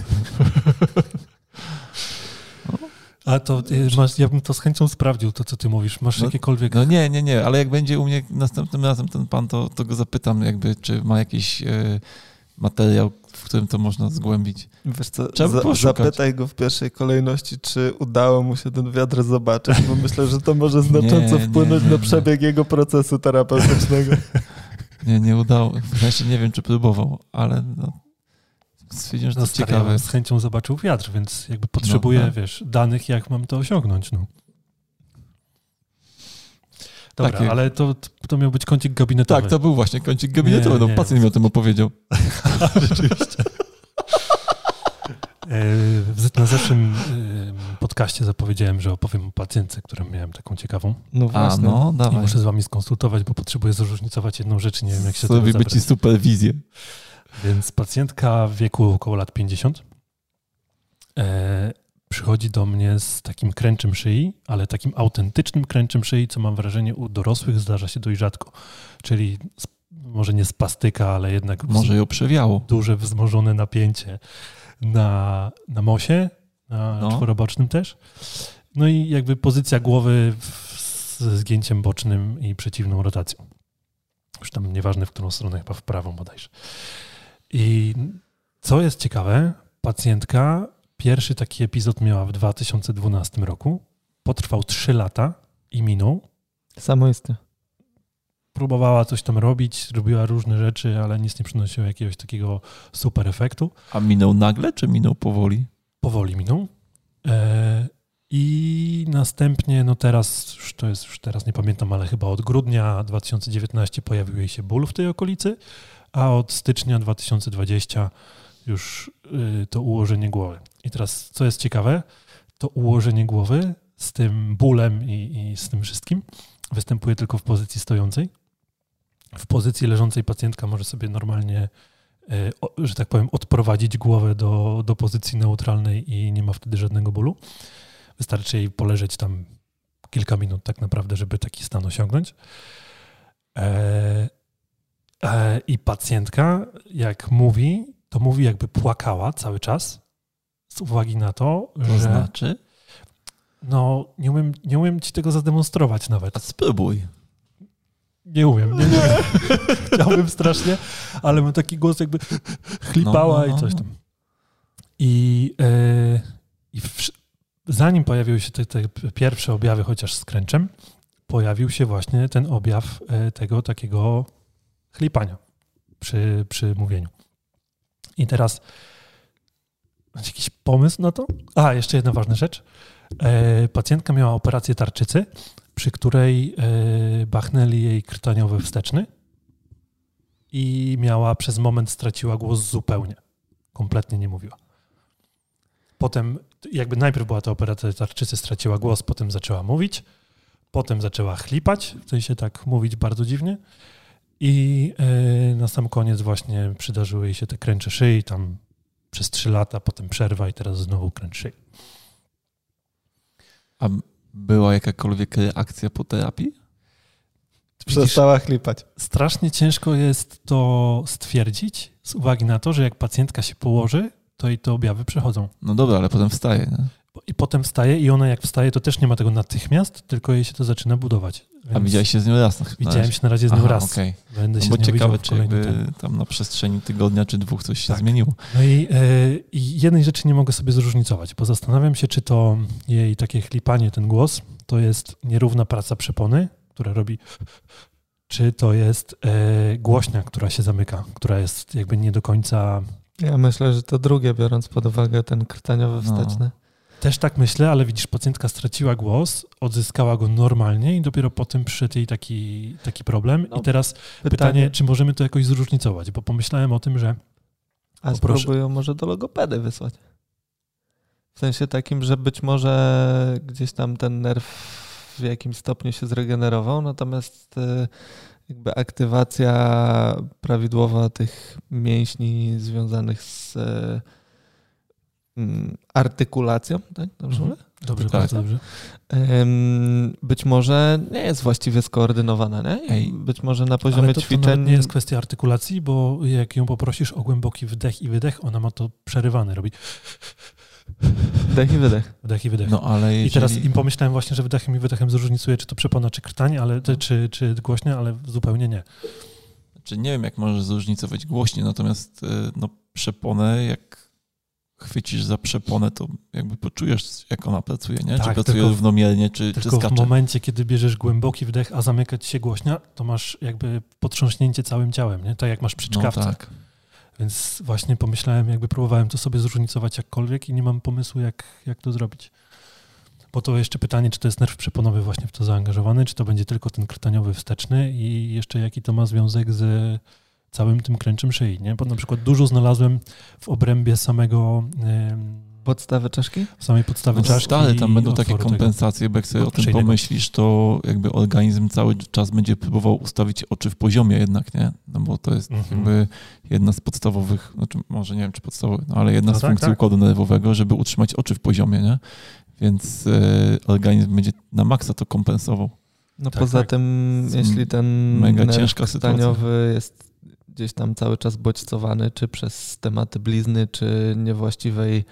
A to ja bym to z chęcią sprawdził, to co ty mówisz. Masz jakiekolwiek... No nie, ale jak będzie u mnie następnym razem ten pan, to go zapytam jakby, czy ma jakiś materiał, w którym to można zgłębić. Wiesz co, zapytaj go w pierwszej kolejności, czy udało mu się ten wiatr zobaczyć, bo myślę, że to może znacząco wpłynąć na przebieg jego procesu terapeutycznego. Nie udało. Jeszcze nie wiem, czy próbował, ale stwierdziłem, że to ciekawe. Ja z chęcią zobaczył wiatr, więc jakby potrzebuję, danych, jak mam to osiągnąć. Dobra, tak, ale to miał być kącik gabinetowy. Tak, to był właśnie kącik gabinetowy. Pacjent mi o tym opowiedział. Rzeczywiście. Na zeszłym podcaście zapowiedziałem, że opowiem o pacjentce, którą miałem taką ciekawą. No właśnie. I muszę z wami skonsultować, bo potrzebuję zróżnicować jedną rzecz. Nie wiem, jak się to zrobimy ci superwizję. Więc pacjentka w wieku około lat 50 przychodzi do mnie z takim kręczem szyi, ale takim autentycznym kręczem szyi, co mam wrażenie u dorosłych zdarza się dość rzadko. Czyli może nie spastyka, ale jednak... Może ją przewiało. Duże, wzmożone napięcie na mosie, na czworobocznym też. No i jakby pozycja głowy ze zgięciem bocznym i przeciwną rotacją. Już tam nieważne, w którą stronę, chyba w prawą bodajże. I co jest ciekawe, pacjentka pierwszy taki epizod miała w 2012 roku. Potrwał 3 lata i minął. Samoistnie. Próbowała coś tam robić, robiła różne rzeczy, ale nic nie przynosiło jakiegoś takiego super efektu. A minął nagle, czy minął powoli? Powoli minął. I następnie, teraz nie pamiętam, ale chyba od grudnia 2019 pojawił jej się ból w tej okolicy, a od stycznia 2020 już to ułożenie głowy. I teraz, co jest ciekawe, to ułożenie głowy z tym bólem i z tym wszystkim występuje tylko w pozycji stojącej. W pozycji leżącej pacjentka może sobie normalnie, że tak powiem, odprowadzić głowę do pozycji neutralnej i nie ma wtedy żadnego bólu. Wystarczy jej poleżeć tam kilka minut tak naprawdę, żeby taki stan osiągnąć. I pacjentka, jak mówi, to mówi, jakby płakała cały czas z uwagi na to, że... To znaczy? Nie umiem ci tego zademonstrować nawet. A spróbuj. Nie umiem. Chciałbym strasznie, ale mam taki głos, jakby chlipała i coś tam. Zanim pojawiły się te pierwsze objawy, chociaż z kręczem, pojawił się właśnie ten objaw tego takiego chlipania przy mówieniu. I teraz macie jakiś pomysł na to? Jeszcze jedna ważna rzecz. Pacjentka miała operację tarczycy, przy której bachnęli jej krtaniowy wsteczny i przez moment straciła głos zupełnie. Kompletnie nie mówiła. Potem jakby najpierw była ta operacja tarczycy, straciła głos, potem zaczęła mówić, potem zaczęła chlipać, w sensie tak mówić bardzo dziwnie i na sam koniec właśnie przydarzyły jej się te kręcze szyi, tam przez 3 lata, potem przerwa i teraz znowu kręcz szyi. A była jakakolwiek reakcja po terapii? Przestała chlipać. Strasznie ciężko jest to stwierdzić z uwagi na to, że jak pacjentka się położy, to jej te objawy przechodzą. No dobra, ale potem wstaje. Nie? I potem wstaje i ona jak wstaje, to też nie ma tego natychmiast, tylko jej się to zaczyna budować. Więc a widziałeś się z nią raz? Widziałem się na razie z nią raz. Okay. Będę się bo ciekawe, czy jakby tam na przestrzeni tygodnia czy 2 coś się zmieniło. No i jednej rzeczy nie mogę sobie zróżnicować, bo zastanawiam się, czy to jej takie chlipanie, ten głos, to jest nierówna praca przepony, która robi, czy to jest głośnia, która się zamyka, która jest jakby nie do końca... Ja myślę, że to drugie, biorąc pod uwagę ten krtaniowy wsteczny. Też tak myślę, ale widzisz, pacjentka straciła głos, odzyskała go normalnie i dopiero potem przyszedł jej taki problem. I teraz pytanie, czy możemy to jakoś zróżnicować, bo pomyślałem o tym, że... A spróbują może do logopedy wysłać. W sensie takim, że być może gdzieś tam ten nerw w jakimś stopniu się zregenerował, natomiast jakby aktywacja prawidłowa tych mięśni związanych z artykulacją, tak? Dobrze mówię? Dobrze, bardzo dobrze. Być może nie jest właściwie skoordynowana, nie? Być może na poziomie ćwiczeń... To nie jest kwestia artykulacji, bo jak ją poprosisz o głęboki wdech i wydech, ona ma to przerywane, robi... Wdech i wydech. Wdech i wydech. No, ale jeżeli... I teraz im pomyślałem właśnie, że wdechem i wydechem zróżnicuję, czy to przepona, czy krtań, ale, czy głośne, ale zupełnie nie. Znaczy, nie wiem, jak możesz zróżnicować głośnie, natomiast no, przeponę, jak chwycisz za przeponę, to jakby poczujesz, jak ona pracuje, nie? Tak, czy pracuje równomiernie, czy skacze. Tylko w momencie, kiedy bierzesz głęboki wdech, a zamykać się głośnia, to masz jakby potrząśnięcie całym ciałem, nie? Tak jak masz przy czkawce. No tak. Więc właśnie pomyślałem, jakby próbowałem to sobie zróżnicować jakkolwiek i nie mam pomysłu, jak to zrobić. Bo to jeszcze pytanie, czy to jest nerw przeponowy właśnie w to zaangażowany, czy to będzie tylko ten krtaniowy wsteczny i jeszcze jaki to ma związek z całym tym kręczem szyi, nie? Bo na przykład dużo znalazłem w obrębie samego... Podstawy czaszki? Samej podstawy czaszki. Ale tam będą takie kompensacje, bo jak sobie o tym pomyślisz, to jakby organizm cały czas będzie próbował ustawić oczy w poziomie jednak, nie? No bo to jest jakby jedna z podstawowych, znaczy może nie wiem czy podstawowych, no ale jedna z funkcji układu nerwowego, żeby utrzymać oczy w poziomie, nie? Więc organizm będzie na maksa to kompensował. No poza tym, jeśli ten nerw krtaniowy jest gdzieś tam cały czas bodźcowany, czy przez tematy blizny, czy niewłaściwej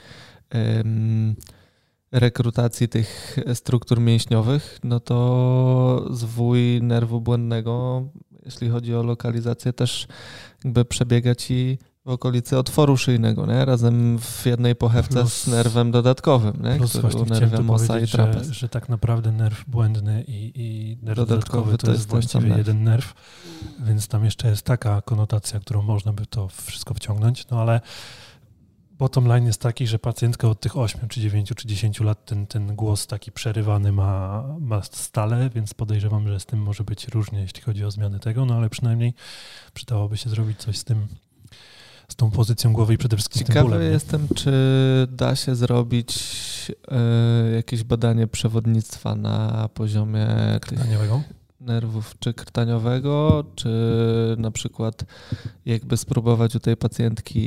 rekrutacji tych struktur mięśniowych, no to zwój nerwu błędnego, jeśli chodzi o lokalizację, też jakby przebiega ci w okolicy otworu szyjnego, nie? Razem w jednej pochewce z nerwem dodatkowym, nie? Który unerwia mosa i trapez. Że tak naprawdę nerw błędny i nerw dodatkowy to jest właściwie jeden nerw, więc tam jeszcze jest taka konotacja, którą można by to wszystko wciągnąć, no ale bottom line jest taki, że pacjentka od tych 8, czy 9, czy 10 lat ten głos taki przerywany ma stale, więc podejrzewam, że z tym może być różnie, jeśli chodzi o zmianę tego, no ale przynajmniej przydałoby się zrobić coś z tą pozycją głowy i przede wszystkim Ciekawy z tym bólem. Ciekawy jestem, czy da się zrobić jakieś badanie przewodnictwa na poziomie krtaniowego, nerwów, czy krtaniowego, czy na przykład jakby spróbować u tej pacjentki,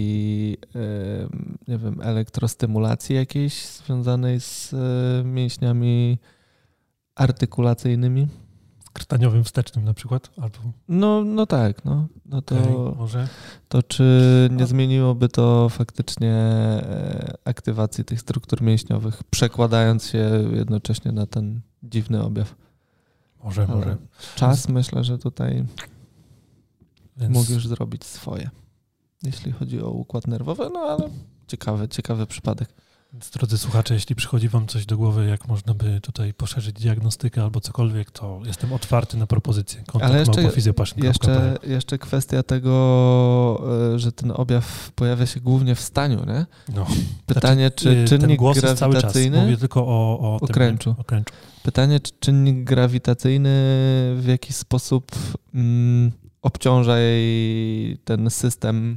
nie wiem, elektrostymulacji jakiejś związanej z mięśniami artykulacyjnymi. Krtaniowym wstecznym na przykład? Albo... No tak. No to, może. To czy nie zmieniłoby to faktycznie aktywacji tych struktur mięśniowych, przekładając się jednocześnie na ten dziwny objaw? Może. Czas myślę, że tutaj mógł już zrobić swoje, jeśli chodzi o układ nerwowy, no ale ciekawy przypadek. Więc drodzy słuchacze, jeśli przychodzi wam coś do głowy, jak można by tutaj poszerzyć diagnostykę albo cokolwiek, to jestem otwarty na propozycję. Ale jeszcze kwestia tego, że ten objaw pojawia się głównie w staniu, nie? No. Pytanie, czy czynnik grawitacyjny... Cały czas. Mówię tylko o kręczu. Pytanie, czy czynnik grawitacyjny w jakiś sposób obciąża jej ten system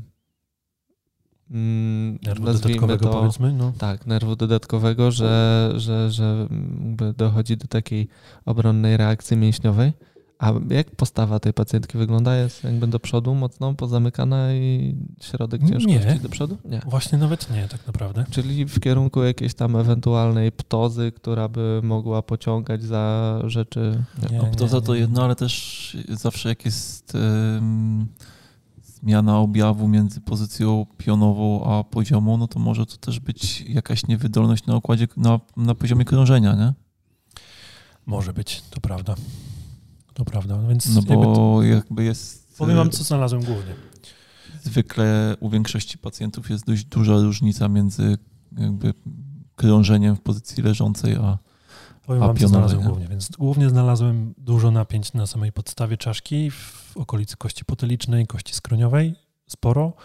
nerwu dodatkowego, powiedzmy. No. Tak, nerwu dodatkowego, że dochodzi do takiej obronnej reakcji mięśniowej. A jak postawa tej pacjentki wygląda? Jest jakby do przodu mocno pozamykana i środek ciężkości do przodu? Nie. Właśnie nawet nie, tak naprawdę. Czyli w kierunku jakiejś tam ewentualnej ptozy, która by mogła pociągać za rzeczy... Ptoza to jedno, ale też zawsze jak jest zmiana objawu między pozycją pionową a poziomą, no to może to też być jakaś niewydolność na układzie, na poziomie krążenia, nie? Może być, to prawda. To prawda, więc... No bo jakby jest... Powiem wam, co znalazłem głównie. Zwykle u większości pacjentów jest dość duża różnica między jakby krążeniem w pozycji leżącej a Powiem wam, co znalazłem głównie. Więc głównie znalazłem dużo napięć na samej podstawie czaszki, w okolicy kości potelicznej, kości skroniowej, sporo.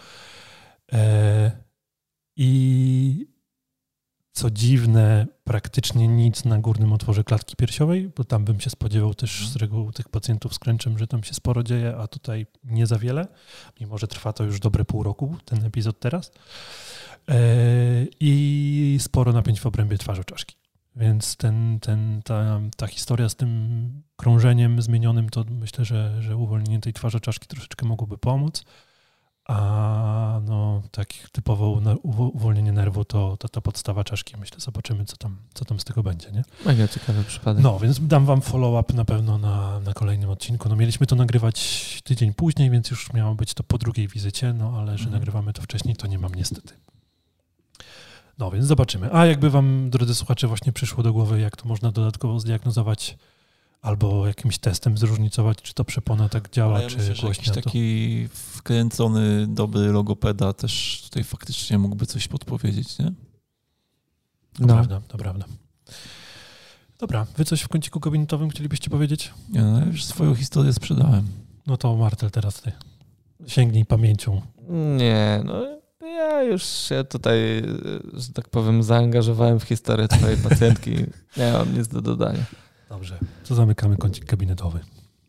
I co dziwne, praktycznie nic na górnym otworze klatki piersiowej, bo tam bym się spodziewał też z reguły tych pacjentów z kręczem, że tam się sporo dzieje, a tutaj nie za wiele, mimo że trwa to już dobre pół roku, ten epizod teraz. I sporo napięć w obrębie twarzy czaszki. Więc ta historia z tym krążeniem zmienionym, to myślę, że uwolnienie tej twarzy czaszki troszeczkę mogłoby pomóc. A no, tak typowo uwolnienie nerwu to ta podstawa czaszki. Myślę, zobaczymy, co tam z tego będzie, nie? Mega ciekawy przypadek. No, więc dam wam follow-up na pewno na kolejnym odcinku. No, mieliśmy to nagrywać tydzień później, więc już miało być to po drugiej wizycie, no ale że nagrywamy to wcześniej, to nie mam niestety. No, więc zobaczymy. A jakby wam, drodzy słuchacze, właśnie przyszło do głowy, jak to można dodatkowo zdiagnozować albo jakimś testem zróżnicować, czy to przepona tak działa, czy myślę, że jakiś taki wkręcony, dobry logopeda też tutaj faktycznie mógłby coś podpowiedzieć, nie? To prawda, to prawda. Dobra, wy coś w kąciku gabinetowym chcielibyście powiedzieć? Nie, no już swoją historię sprzedałem. No to Martel, teraz ty. Sięgnij pamięcią. Nie, no ja już się tutaj, że tak powiem, zaangażowałem w historię twojej pacjentki. Nie mam nic do dodania. Dobrze, to zamykamy kącik gabinetowy.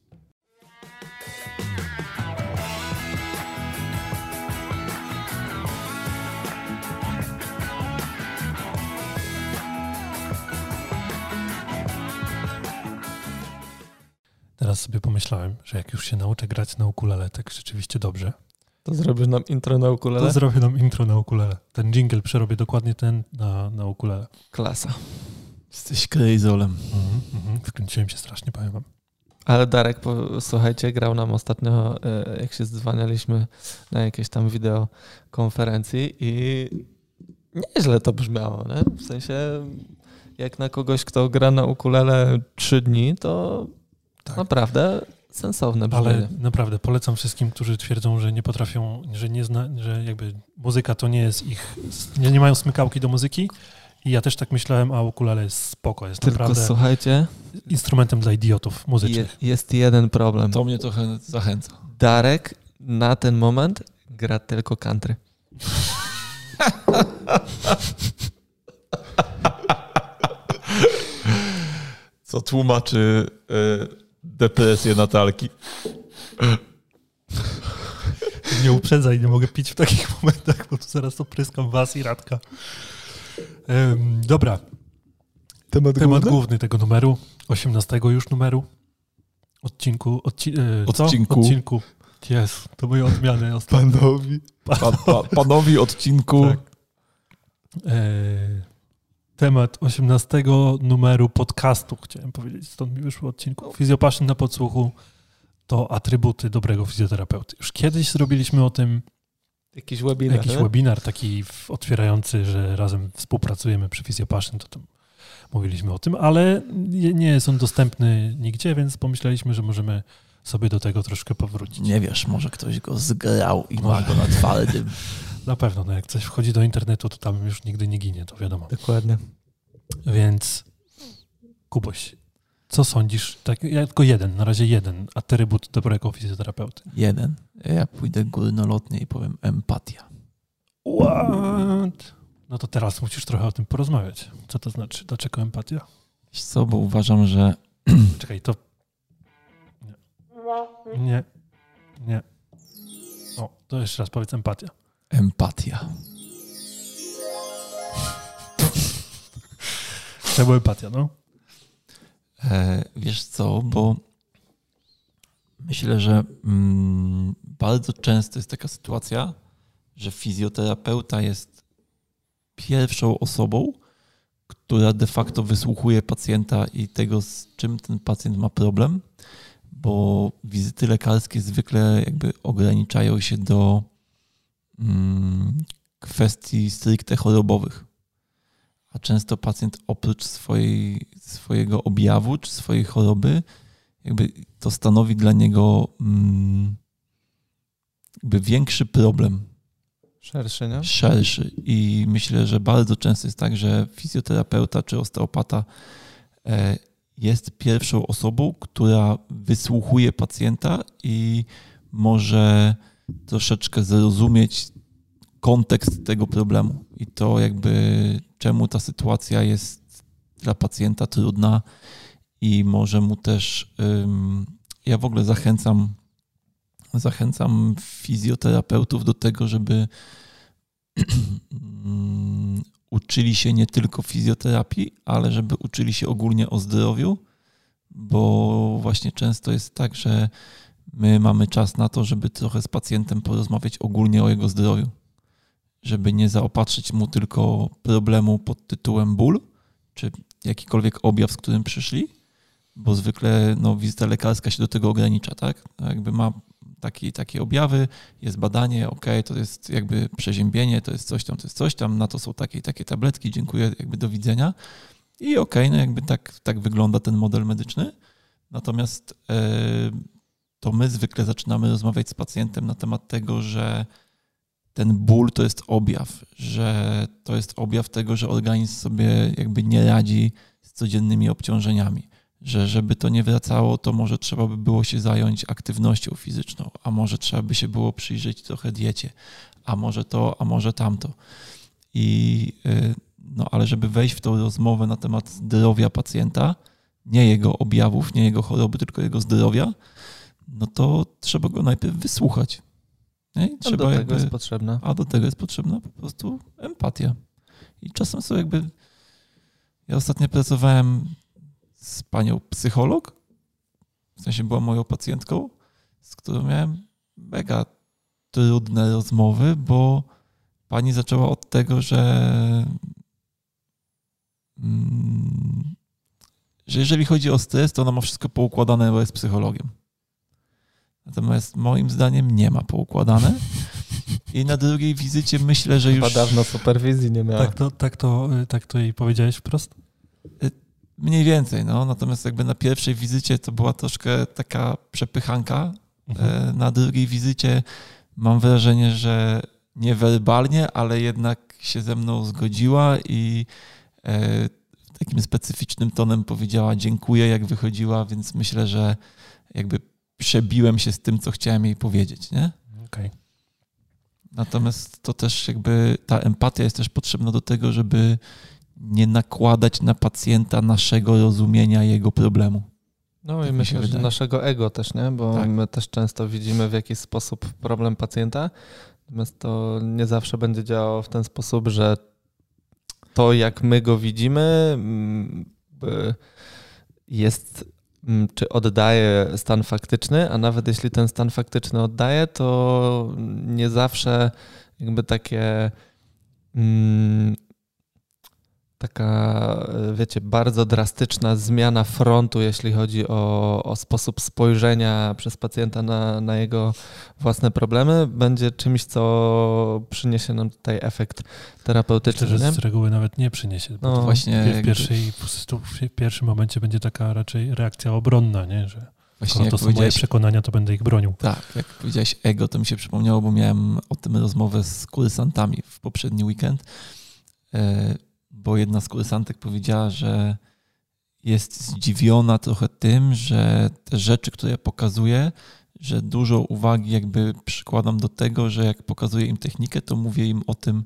Teraz sobie pomyślałem, że jak już się nauczę grać na ukulele tak rzeczywiście dobrze, to zrobisz nam intro na ukulele? To zrobię nam intro na ukulele. Ten dżingiel przerobię dokładnie ten na ukulele. Klasa. Jesteś crazolem. Wkręciłem się strasznie, powiem wam. Ale Darek, słuchajcie, grał nam ostatnio, jak się zdzwanialiśmy na jakiejś tam wideokonferencji i nieźle to brzmiało, nie? W sensie, jak na kogoś, kto gra na ukulele 3 dni, to tak. Naprawdę sensowne brzmienie. Ale naprawdę polecam wszystkim, którzy twierdzą, że nie potrafią, że jakby muzyka to nie jest ich, nie mają smykałki do muzyki. I ja też tak myślałem, a ukulele jest spoko. Jest tylko naprawdę słuchajcie, instrumentem dla idiotów muzycznych. Jest jeden problem. To mnie trochę zachęca. Darek na ten moment gra tylko country. Co tłumaczy depresję Natalki. Nie uprzedzaj, nie mogę pić w takich momentach, bo tu zaraz opryskam was i Radka. Dobra. Temat główny tego numeru, 18 już numeru. Odcinku. Jest, to moje odmiany. Panowi odcinku. Tak. Temat 18 numeru podcastu, chciałem powiedzieć, stąd mi wyszło odcinku. Fizjopaszyn na podsłuchu to atrybuty dobrego fizjoterapeuty. Już kiedyś zrobiliśmy o tym jakiś webinar taki otwierający, że razem współpracujemy przy Fizjopaszyn, to tam mówiliśmy o tym, ale nie jest on dostępny nigdzie, więc pomyśleliśmy, że możemy sobie do tego troszkę powrócić. Nie wiesz, może ktoś go zgrał i ma go na twardym. Na pewno, no jak coś wchodzi do internetu, to tam już nigdy nie ginie, to wiadomo. Dokładnie. Więc Kuboś, co sądzisz? Tak, ja tylko na razie jeden atrybut dobrego fizjoterapeuty. Jeden. Ja pójdę górnolotnie i powiem empatia. What? No to teraz musisz trochę o tym porozmawiać. Co to znaczy? Dlaczego empatia? Wiesz co, bo uważam, że... Czekaj, to... Nie. O, to jeszcze raz powiedz empatia. Empatia. Czemu empatia, no? Wiesz co, bo myślę, że bardzo często jest taka sytuacja, że fizjoterapeuta jest pierwszą osobą, która de facto wysłuchuje pacjenta i tego, z czym ten pacjent ma problem, bo wizyty lekarskie zwykle jakby ograniczają się do kwestii stricte chorobowych. A często pacjent oprócz swojego objawu czy swojej choroby, jakby to stanowi dla niego jakby większy problem. Szerszy, nie? Szerszy. I myślę, że bardzo często jest tak, że fizjoterapeuta czy osteopata jest pierwszą osobą, która wysłuchuje pacjenta i może troszeczkę zrozumieć kontekst tego problemu i to jakby czemu ta sytuacja jest dla pacjenta trudna i może mu też, ja w ogóle zachęcam fizjoterapeutów do tego, żeby uczyli się nie tylko fizjoterapii, ale żeby uczyli się ogólnie o zdrowiu, bo właśnie często jest tak, że my mamy czas na to, żeby trochę z pacjentem porozmawiać ogólnie o jego zdrowiu, żeby nie zaopatrzyć mu tylko problemu pod tytułem ból, czy jakikolwiek objaw, z którym przyszli, bo zwykle wizyta lekarska się do tego ogranicza, tak? Jakby ma takie objawy, jest badanie, to jest jakby przeziębienie, to jest coś tam, na to są takie i takie tabletki, dziękuję, jakby do widzenia. I jakby tak wygląda ten model medyczny. Natomiast to my zwykle zaczynamy rozmawiać z pacjentem na temat tego, że ten ból to jest objaw, że to jest objaw tego, że organizm sobie jakby nie radzi z codziennymi obciążeniami, że żeby to nie wracało, to może trzeba by było się zająć aktywnością fizyczną, a może trzeba by się było przyjrzeć trochę diecie, a może to, a może tamto. Ale żeby wejść w tą rozmowę na temat zdrowia pacjenta, nie jego objawów, nie jego choroby, tylko jego zdrowia, to trzeba go najpierw wysłuchać. A do tego jest potrzebna po prostu empatia. I czasem są ja ostatnio pracowałem z panią psycholog, w sensie była moją pacjentką, z którą miałem mega trudne rozmowy, bo pani zaczęła od tego, że jeżeli chodzi o stres, to ona ma wszystko poukładane, bo jest psychologiem. Natomiast moim zdaniem nie ma poukładane. I na drugiej wizycie myślę, że już... Chyba dawno superwizji nie miała. Tak to jej powiedziałeś wprost? Mniej więcej, Natomiast na pierwszej wizycie to była troszkę taka przepychanka. Na drugiej wizycie mam wrażenie, że niewerbalnie, ale jednak się ze mną zgodziła i takim specyficznym tonem powiedziała dziękuję, jak wychodziła, więc myślę, że przebiłem się z tym, co chciałem jej powiedzieć, nie? Okay. Natomiast to też ta empatia jest też potrzebna do tego, żeby nie nakładać na pacjenta naszego rozumienia jego problemu. I myślę, że naszego ego też, nie? Bo my też często widzimy w jakiś sposób problem pacjenta, natomiast to nie zawsze będzie działało w ten sposób, że to jak my go widzimy jest czy oddaje stan faktyczny, a nawet jeśli ten stan faktyczny oddaje, to nie zawsze takie taka, bardzo drastyczna zmiana frontu, jeśli chodzi o sposób spojrzenia przez pacjenta na jego własne problemy, będzie czymś, co przyniesie nam tutaj efekt terapeutyczny. Myślę, że z reguły nawet nie przyniesie. Bo to właśnie w pierwszym momencie będzie taka raczej reakcja obronna, nie? Że to są moje przekonania, to będę ich bronił. Tak, jak powiedziałeś ego, to mi się przypomniało, bo miałem o tym rozmowę z kursantami w poprzedni weekend, bo jedna z kursantek powiedziała, że jest zdziwiona trochę tym, że te rzeczy, które ja pokazuję, że dużo uwagi przykładam do tego, że jak pokazuję im technikę, to mówię im o tym,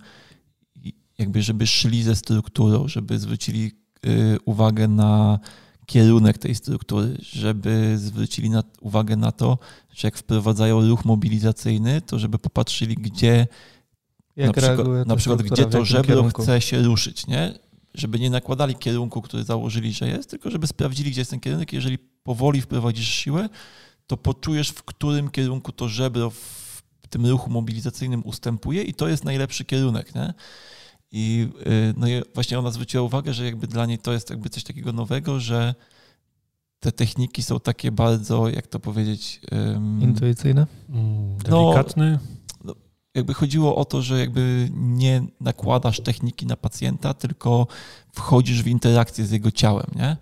żeby szli ze strukturą, żeby zwrócili uwagę na kierunek tej struktury, żeby zwrócili uwagę na to, że jak wprowadzają ruch mobilizacyjny, to żeby popatrzyli, gdzie na przykład gdzie to żebro chce się ruszyć, nie? Żeby nie nakładali kierunku, który założyli, że jest, tylko żeby sprawdzili, gdzie jest ten kierunek. Jeżeli powoli wprowadzisz siłę, to poczujesz, w którym kierunku to żebro w tym ruchu mobilizacyjnym ustępuje i to jest najlepszy kierunek, nie? I właśnie ona zwróciła uwagę, że dla niej to jest coś takiego nowego, że te techniki są takie bardzo, jak to powiedzieć... intuicyjne? Delikatne? Chodziło o to, że nie nakładasz techniki na pacjenta, tylko wchodzisz w interakcję z jego ciałem, nie?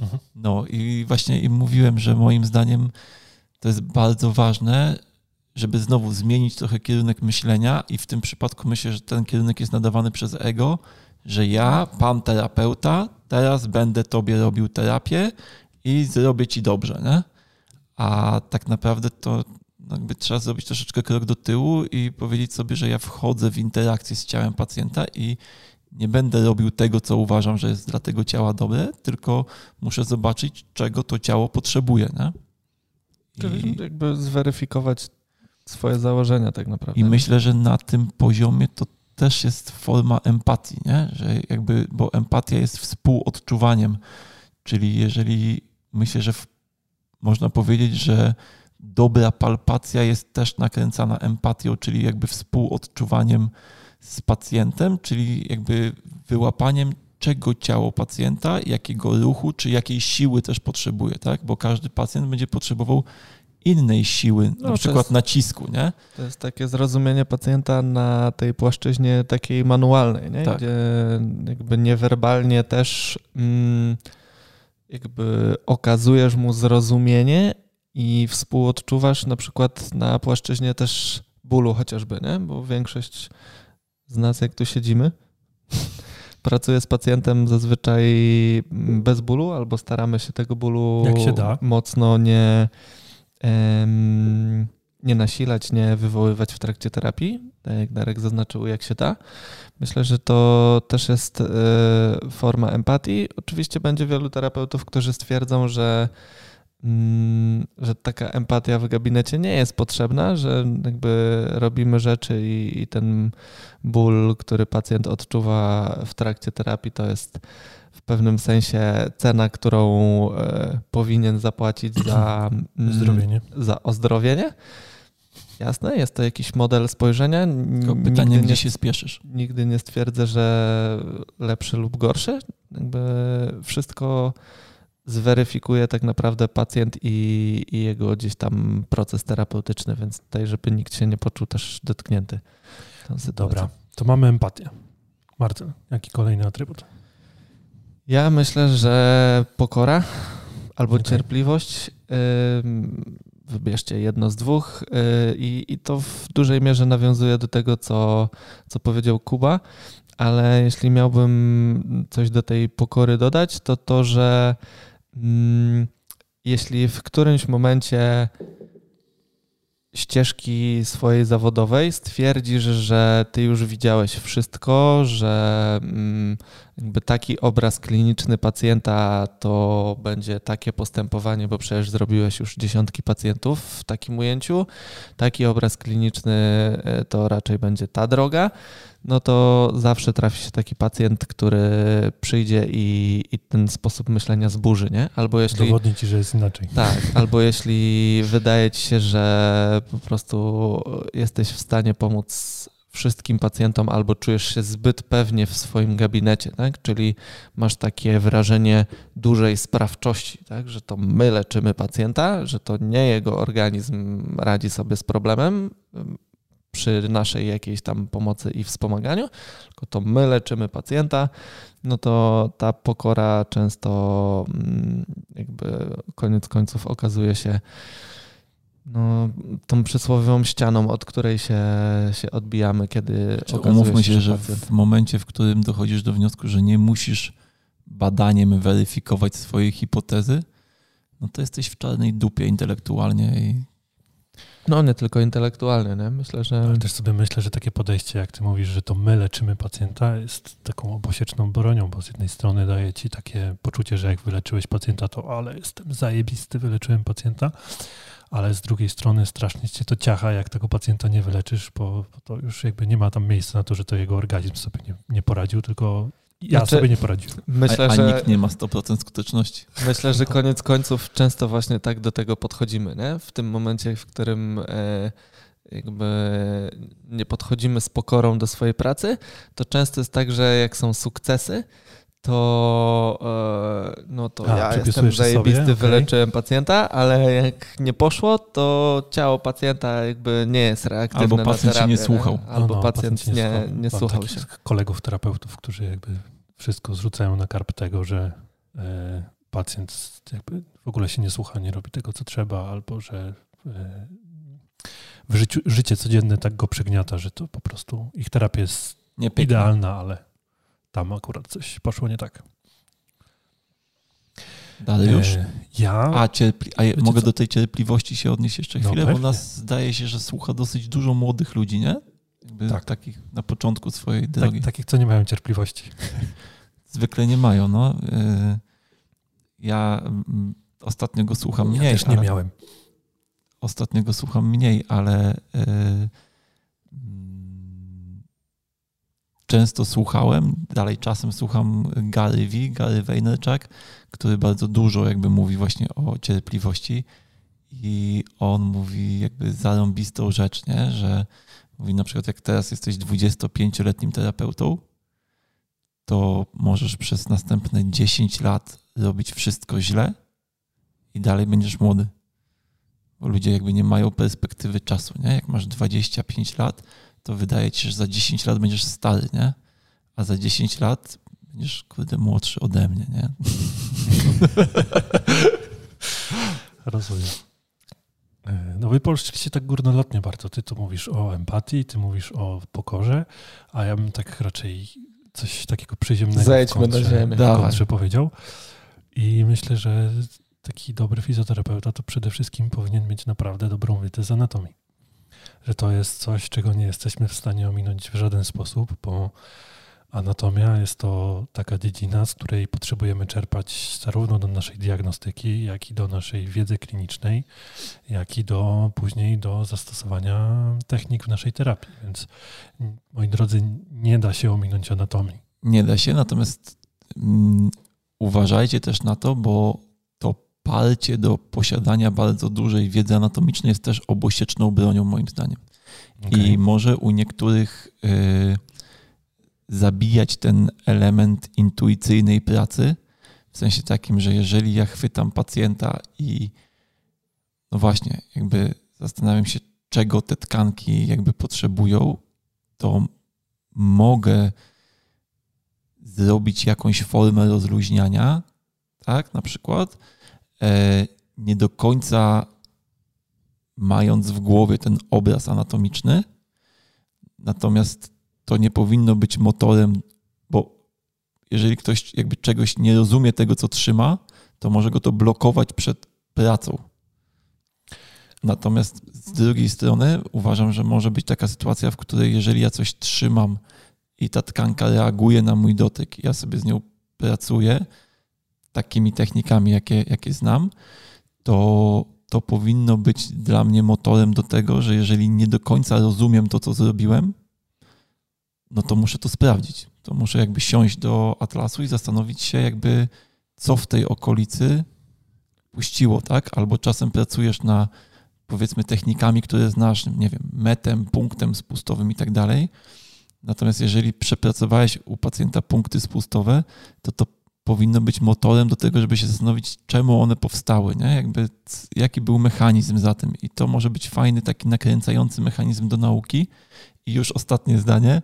I właśnie im mówiłem, że moim zdaniem to jest bardzo ważne, żeby znowu zmienić trochę kierunek myślenia i w tym przypadku myślę, że ten kierunek jest nadawany przez ego, że ja, pan terapeuta, teraz będę tobie robił terapię i zrobię ci dobrze, nie? A tak naprawdę to trzeba zrobić troszeczkę krok do tyłu i powiedzieć sobie, że ja wchodzę w interakcję z ciałem pacjenta i nie będę robił tego, co uważam, że jest dla tego ciała dobre, tylko muszę zobaczyć, czego to ciało potrzebuje, nie? Czyli zweryfikować swoje założenia tak naprawdę. I myślę, że na tym poziomie też jest forma empatii, nie? Że jakby, bo empatia jest współodczuwaniem, czyli jeżeli myślę, że można powiedzieć, że dobra palpacja jest też nakręcana empatią, czyli jakby współodczuwaniem z pacjentem, czyli jakby wyłapaniem, czego ciało pacjenta, jakiego ruchu, czy jakiej siły też potrzebuje, tak? Bo każdy pacjent będzie potrzebował innej siły, na przykład nacisku, nie? To jest takie zrozumienie pacjenta na tej płaszczyźnie takiej manualnej, nie? Tak. Gdzie jakby niewerbalnie też jakby okazujesz mu zrozumienie i współodczuwasz na przykład na płaszczyźnie też bólu chociażby, nie? Bo większość z nas, jak tu siedzimy, pracuje z pacjentem zazwyczaj bez bólu albo staramy się tego bólu jak się da, mocno nie nasilać, nie wywoływać w trakcie terapii, tak jak Darek zaznaczył, jak się da. Myślę, że to też jest forma empatii. Oczywiście będzie wielu terapeutów, którzy stwierdzą, że taka empatia w gabinecie nie jest potrzebna, że jakby robimy rzeczy i ten ból, który pacjent odczuwa w trakcie terapii, to jest w pewnym sensie cena, którą powinien zapłacić za ozdrowienie. Jasne, jest to jakiś model spojrzenia. Tylko pytanie, gdzie się spieszysz? Nigdy nie stwierdzę, że lepszy lub gorszy. Jakby wszystko zweryfikuje tak naprawdę pacjent i jego gdzieś tam proces terapeutyczny, więc tutaj, żeby nikt się nie poczuł też dotknięty tą sytuacją. Dobra, to mamy empatię. Marcel, jaki kolejny atrybut? Ja myślę, że pokora albo cierpliwość. Wybierzcie jedno z dwóch i to w dużej mierze nawiązuje do tego, co powiedział Kuba, ale jeśli miałbym coś do tej pokory dodać, to że jeśli w którymś momencie ścieżki swojej zawodowej stwierdzisz, że ty już widziałeś wszystko, że jakby taki obraz kliniczny pacjenta to będzie takie postępowanie, bo przecież zrobiłeś już dziesiątki pacjentów w takim ujęciu, taki obraz kliniczny to raczej będzie ta droga, no to zawsze trafi się taki pacjent, który przyjdzie i ten sposób myślenia zburzy, nie? Albo jeśli dowodni ci, że jest inaczej. Tak, albo jeśli wydaje ci się, że po prostu jesteś w stanie pomóc wszystkim pacjentom, albo czujesz się zbyt pewnie w swoim gabinecie, tak? Czyli masz takie wrażenie dużej sprawczości, tak? Że to my leczymy pacjenta, że to nie jego organizm radzi sobie z problemem przy naszej jakiejś tam pomocy i wspomaganiu, tylko to my leczymy pacjenta, no to ta pokora często jakby koniec końców okazuje się tą przysłowiową ścianą, od której się odbijamy, kiedy umówmy się, że w momencie, w którym dochodzisz do wniosku, że nie musisz badaniem weryfikować swojej hipotezy, no to jesteś w czarnej dupie intelektualnie i no nie tylko intelektualnie, nie? Myślę, że... Ale też sobie myślę, że takie podejście, jak ty mówisz, że to my leczymy pacjenta, jest taką obosieczną bronią, bo z jednej strony daje ci takie poczucie, że jak wyleczyłeś pacjenta, to ale jestem zajebisty, wyleczyłem pacjenta, ale z drugiej strony strasznie cię to ciacha, jak tego pacjenta nie wyleczysz, bo to już jakby nie ma tam miejsca na to, że to jego organizm sobie nie poradził, tylko sobie nie poradziłem. Myślę, a nikt nie ma 100% skuteczności. Myślę, że koniec końców często właśnie tak do tego podchodzimy, nie? W tym momencie, w którym jakby nie podchodzimy z pokorą do swojej pracy, to często jest tak, że jak są sukcesy, to ja jestem zajebisty, wyleczyłem pacjenta, ale jak nie poszło, to ciało pacjenta jakby nie jest reaktywne albo pacjent na terapię. Się nie słuchał. Albo pacjent nie słuchał się. Kolegów terapeutów, którzy jakby wszystko zrzucają na karp tego, że pacjent jakby w ogóle się nie słucha, nie robi tego, co trzeba, albo że w życie codzienne tak go przygniata, że to po prostu ich terapia jest idealna, ale tam akurat coś poszło nie tak. Dalej już? Mogę co? do tej cierpliwości się odnieść jeszcze chwilę, pewnie. Bo nas zdaje się, że słucha dosyć dużo młodych ludzi, nie? Tak. Takich na początku swojej drogi. Takich, co nie mają cierpliwości. Zwykle nie mają, no. Ja ostatnio go słucham mniej. Ja też nie miałem. Ostatnio go słucham mniej, ale często słuchałem, dalej czasem słucham Gary Vaynerchuk, który bardzo dużo jakby mówi właśnie o cierpliwości i on mówi jakby zarąbistą rzecz, nie? Że mówi na przykład jak teraz jesteś 25-letnim terapeutą, to możesz przez następne 10 lat robić wszystko źle i dalej będziesz młody. Bo ludzie jakby nie mają perspektywy czasu, nie? Jak masz 25 lat, to wydaje ci się, że za 10 lat będziesz stary, nie? A za 10 lat będziesz, kurde, młodszy ode mnie, nie? Rozumiem. No wy polszczyście tak górnolotnie bardzo. Ty tu mówisz o empatii, ty mówisz o pokorze, a ja bym tak raczej coś takiego przyziemnego Zejdźmy na ziemię. w kontrze powiedział. I myślę, że taki dobry fizjoterapeuta to przede wszystkim powinien mieć naprawdę dobrą wiedzę z anatomii. Że to jest coś, czego nie jesteśmy w stanie ominąć w żaden sposób, bo anatomia jest to taka dziedzina, z której potrzebujemy czerpać zarówno do naszej diagnostyki, jak i do naszej wiedzy klinicznej, jak i później do zastosowania technik w naszej terapii. Więc moi drodzy, nie da się ominąć anatomii. Nie da się, natomiast uważajcie też na to, bo to parcie do posiadania bardzo dużej wiedzy anatomicznej jest też obosieczną bronią moim zdaniem. Okay. I może u niektórych zabijać ten element intuicyjnej pracy, w sensie takim, że jeżeli ja chwytam pacjenta i no właśnie, jakby zastanawiam się, czego te tkanki jakby potrzebują, to mogę zrobić jakąś formę rozluźniania, tak, na przykład, nie do końca mając w głowie ten obraz anatomiczny, natomiast to nie powinno być motorem, bo jeżeli ktoś jakby czegoś nie rozumie tego, co trzyma, to może go to blokować przed pracą. Natomiast z drugiej strony uważam, że może być taka sytuacja, w której jeżeli ja coś trzymam i ta tkanka reaguje na mój dotyk, ja sobie z nią pracuję takimi technikami, jakie znam, to powinno być dla mnie motorem do tego, że jeżeli nie do końca rozumiem to, co zrobiłem, no to muszę to sprawdzić. To muszę jakby siąść do atlasu i zastanowić się jakby, co w tej okolicy puściło, tak? Albo czasem pracujesz na, powiedzmy, technikami, które znasz, nie wiem, metem, punktem spustowym i tak dalej. Natomiast jeżeli przepracowałeś u pacjenta punkty spustowe, to powinno być motorem do tego, żeby się zastanowić, czemu one powstały, nie? Jakby jaki był mechanizm za tym. I to może być fajny, taki nakręcający mechanizm do nauki. I już ostatnie zdanie,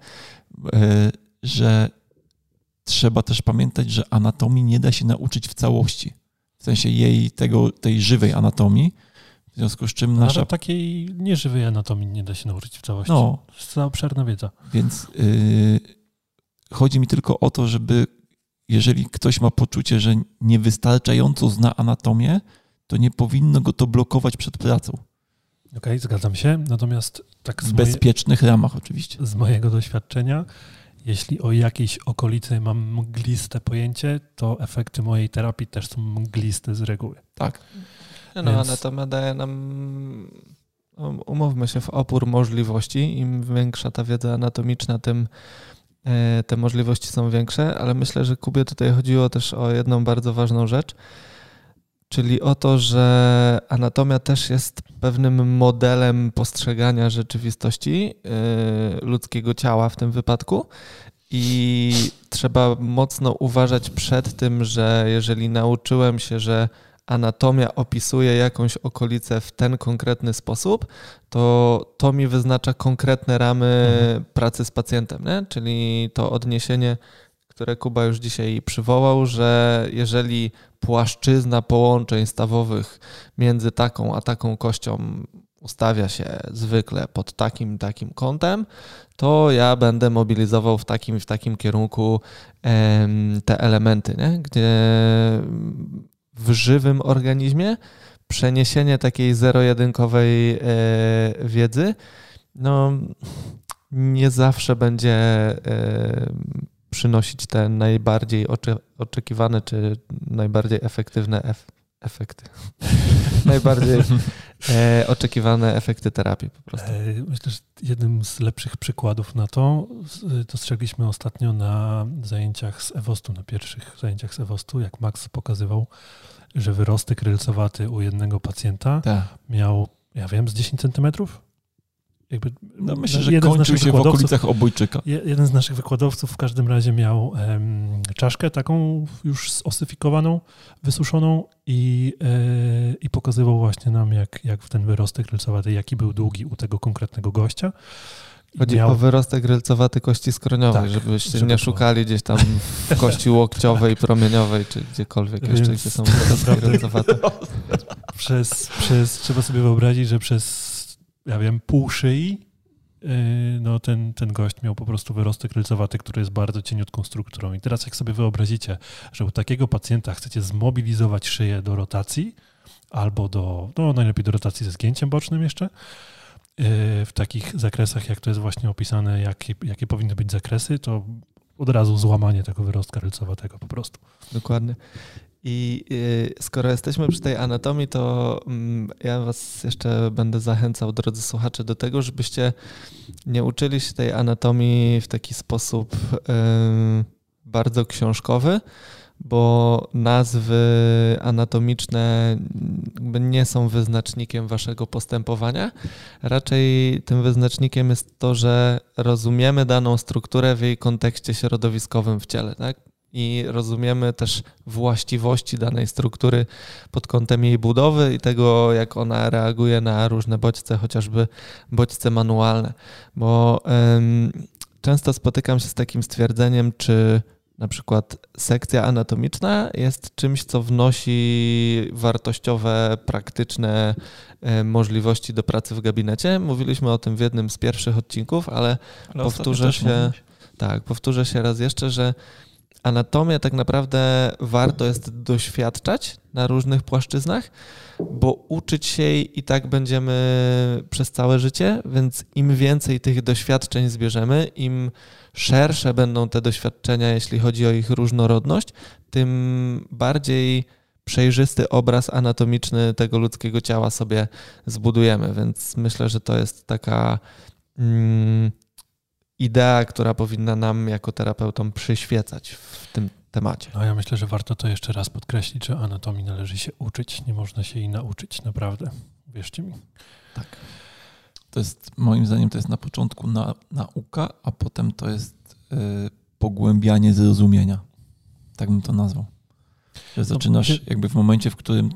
że trzeba też pamiętać, że anatomii nie da się nauczyć w całości. W sensie tej żywej anatomii. W związku z czym nasza... Nawet takiej nieżywej anatomii nie da się nauczyć w całości. No. To jest za obszerna wiedza. Więc chodzi mi tylko o to, żeby jeżeli ktoś ma poczucie, że niewystarczająco zna anatomię, to nie powinno go to blokować przed pracą. Okej, zgadzam się. Natomiast tak w bezpiecznych ramach oczywiście. Z mojego doświadczenia, jeśli o jakiejś okolicy mam mgliste pojęcie, to efekty mojej terapii też są mgliste z reguły. Tak. No, więc... anatomia daje nam, umówmy się, w opór możliwości. Im większa ta wiedza anatomiczna, tym te możliwości są większe, ale myślę, że Kubie tutaj chodziło też o jedną bardzo ważną rzecz, czyli o to, że anatomia też jest pewnym modelem postrzegania rzeczywistości ludzkiego ciała w tym wypadku i trzeba mocno uważać przed tym, że jeżeli nauczyłem się, że anatomia opisuje jakąś okolicę w ten konkretny sposób, to mi wyznacza konkretne ramy pracy z pacjentem, nie? Czyli to odniesienie, które Kuba już dzisiaj przywołał, że jeżeli płaszczyzna połączeń stawowych między taką a taką kością ustawia się zwykle pod takim kątem, to ja będę mobilizował w takim kierunku te elementy, nie? Gdzie w żywym organizmie przeniesienie takiej zero-jedynkowej wiedzy nie zawsze będzie przynosić te najbardziej oczekiwane czy najbardziej efektywne efekty. Najbardziej oczekiwane efekty terapii po prostu. Myślę, że jednym z lepszych przykładów na to dostrzegliśmy ostatnio na zajęciach z EWOST-u, na pierwszych zajęciach z EWOST-u, jak Max pokazywał, że wyrostek rylcowaty u jednego pacjenta miał, z 10 centymetrów? Myślę, że kończył się w okolicach obojczyka. Jeden z naszych wykładowców w każdym razie miał czaszkę taką już zosyfikowaną, wysuszoną i pokazywał właśnie nam, jak ten wyrostek rylcowaty, jaki był długi u tego konkretnego gościa. Chodzi o wyrostek rylcowaty kości skroniowej, żebyście nie szukali gdzieś tam w kości łokciowej, promieniowej, czy gdziekolwiek jeszcze, gdzie są wyrostki rylcowate. Trzeba sobie wyobrazić, że przez pół szyi ten gość miał po prostu wyrostek rylcowaty, który jest bardzo cieniutką strukturą. I teraz jak sobie wyobrazicie, że u takiego pacjenta chcecie zmobilizować szyję do rotacji albo najlepiej do rotacji ze zgięciem bocznym jeszcze, w takich zakresach, jak to jest właśnie opisane, jakie powinny być zakresy, to od razu złamanie tego wyrostka rylcowatego po prostu. Dokładnie. I skoro jesteśmy przy tej anatomii, to ja was jeszcze będę zachęcał, drodzy słuchacze, do tego, żebyście nie uczyli się tej anatomii w taki sposób bardzo książkowy, bo nazwy anatomiczne nie są wyznacznikiem waszego postępowania. Raczej tym wyznacznikiem jest to, że rozumiemy daną strukturę w jej kontekście środowiskowym w ciele, tak? I rozumiemy też właściwości danej struktury pod kątem jej budowy i tego, jak ona reaguje na różne bodźce, chociażby bodźce manualne. Bo często spotykam się z takim stwierdzeniem, czy na przykład sekcja anatomiczna jest czymś, co wnosi wartościowe, praktyczne możliwości do pracy w gabinecie. Mówiliśmy o tym w jednym z pierwszych odcinków, ale powtórzę się raz jeszcze, że anatomię tak naprawdę warto jest doświadczać na różnych płaszczyznach, bo uczyć się jej i tak będziemy przez całe życie, więc im więcej tych doświadczeń zbierzemy, im szersze będą te doświadczenia, jeśli chodzi o ich różnorodność, tym bardziej przejrzysty obraz anatomiczny tego ludzkiego ciała sobie zbudujemy, więc myślę, że to jest taka idea, która powinna nam jako terapeutom przyświecać w tym temacie. No ja myślę, że warto to jeszcze raz podkreślić, że anatomii należy się uczyć, nie można się jej nauczyć, naprawdę. Wierzcie mi. Tak. To jest, moim zdaniem, to jest na początku nauka, a potem to jest pogłębianie zrozumienia. Tak bym to nazwał. Że zaczynasz jakby w momencie, w którym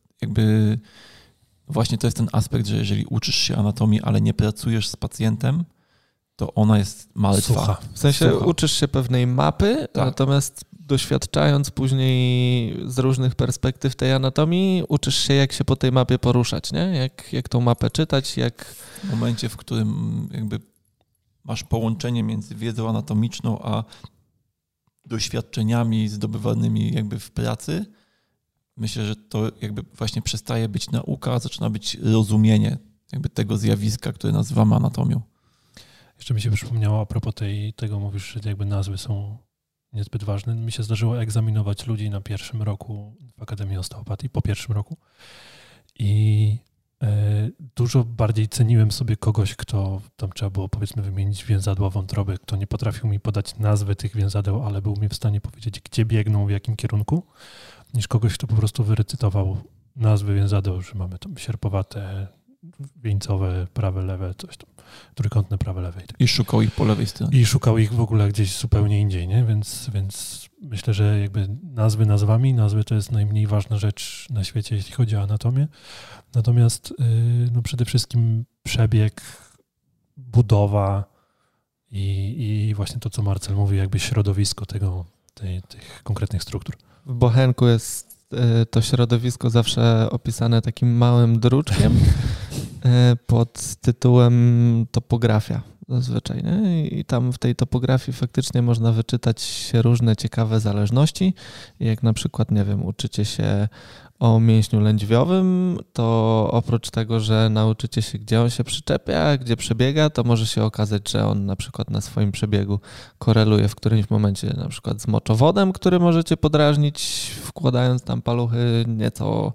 właśnie to jest ten aspekt, że jeżeli uczysz się anatomii, ale nie pracujesz z pacjentem, to ona jest martwa. Sucha. W sensie uczysz się pewnej mapy, natomiast doświadczając później z różnych perspektyw tej anatomii, uczysz się, jak się po tej mapie poruszać, nie? Jak tą mapę czytać, W momencie, w którym jakby masz połączenie między wiedzą anatomiczną a doświadczeniami zdobywanymi jakby w pracy, myślę, że to jakby właśnie przestaje być nauka, a zaczyna być rozumienie jakby tego zjawiska, które nazywamy anatomią. Jeszcze mi się przypomniało a propos tego, mówisz, że jakby nazwy są niezbyt ważne. Mi się zdarzyło egzaminować ludzi na pierwszym roku w Akademii Osteopatii, po pierwszym roku. I dużo bardziej ceniłem sobie kogoś, kto tam trzeba było powiedzmy wymienić więzadła wątroby, kto nie potrafił mi podać nazwy tych więzadeł, ale był mi w stanie powiedzieć, gdzie biegną, w jakim kierunku, niż kogoś, kto po prostu wyrecytował nazwy więzadeł, że mamy tam sierpowate, wieńcowe, prawe, lewe, coś tam, trójkątne, prawe, lewe. I szukał ich po lewej stronie. I szukał ich w ogóle gdzieś zupełnie indziej, nie? Więc myślę, że jakby nazwy to jest najmniej ważna rzecz na świecie, jeśli chodzi o anatomię. Natomiast przede wszystkim przebieg, budowa i właśnie to, co Marcel mówi, jakby środowisko tych konkretnych struktur. W bochenku jest to środowisko zawsze opisane takim małym druczkiem pod tytułem topografia zazwyczaj. Nie? I tam w tej topografii faktycznie można wyczytać różne ciekawe zależności, jak na przykład, nie wiem, uczycie się o mięśniu lędźwiowym, to oprócz tego, że nauczycie się, gdzie on się przyczepia, gdzie przebiega, to może się okazać, że on na przykład na swoim przebiegu koreluje w którymś momencie na przykład z moczowodem, który możecie podrażnić, wkładając tam paluchy nieco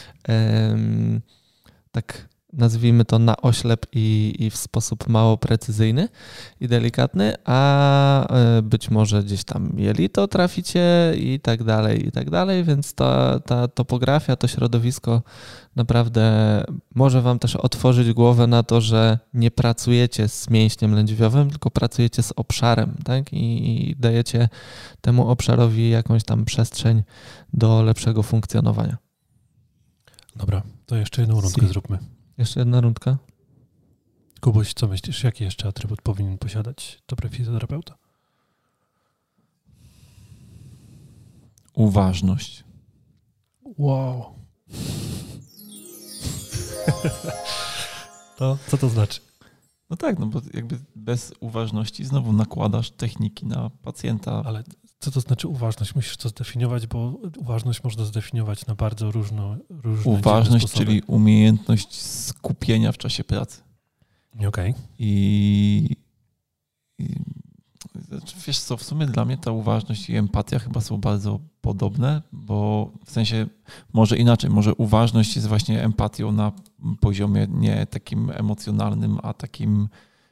tak nazwijmy to na oślep i w sposób mało precyzyjny i delikatny, a być może gdzieś tam jelito traficie i tak dalej, więc ta topografia, to środowisko naprawdę może wam też otworzyć głowę na to, że nie pracujecie z mięśniem lędźwiowym, tylko pracujecie z obszarem, tak? I dajecie temu obszarowi jakąś tam przestrzeń do lepszego funkcjonowania. Dobra, to jeszcze jedną rundkę zróbmy. Jeszcze jedna rundka. Kubuś, co myślisz? Jaki jeszcze atrybut powinien posiadać dobry fizjoterapeuta? Uważność. Wow. To co to znaczy? No tak, no bo jakby bez uważności znowu nakładasz techniki na pacjenta. Ale co to znaczy uważność? Musisz to zdefiniować, bo uważność można zdefiniować na bardzo różne uważność, czyli umiejętność skupienia w czasie pracy. Okej. I wiesz co, w sumie dla mnie ta uważność i empatia chyba są bardzo podobne, bo w sensie może inaczej, może uważność jest właśnie empatią na poziomie nie takim emocjonalnym, a takim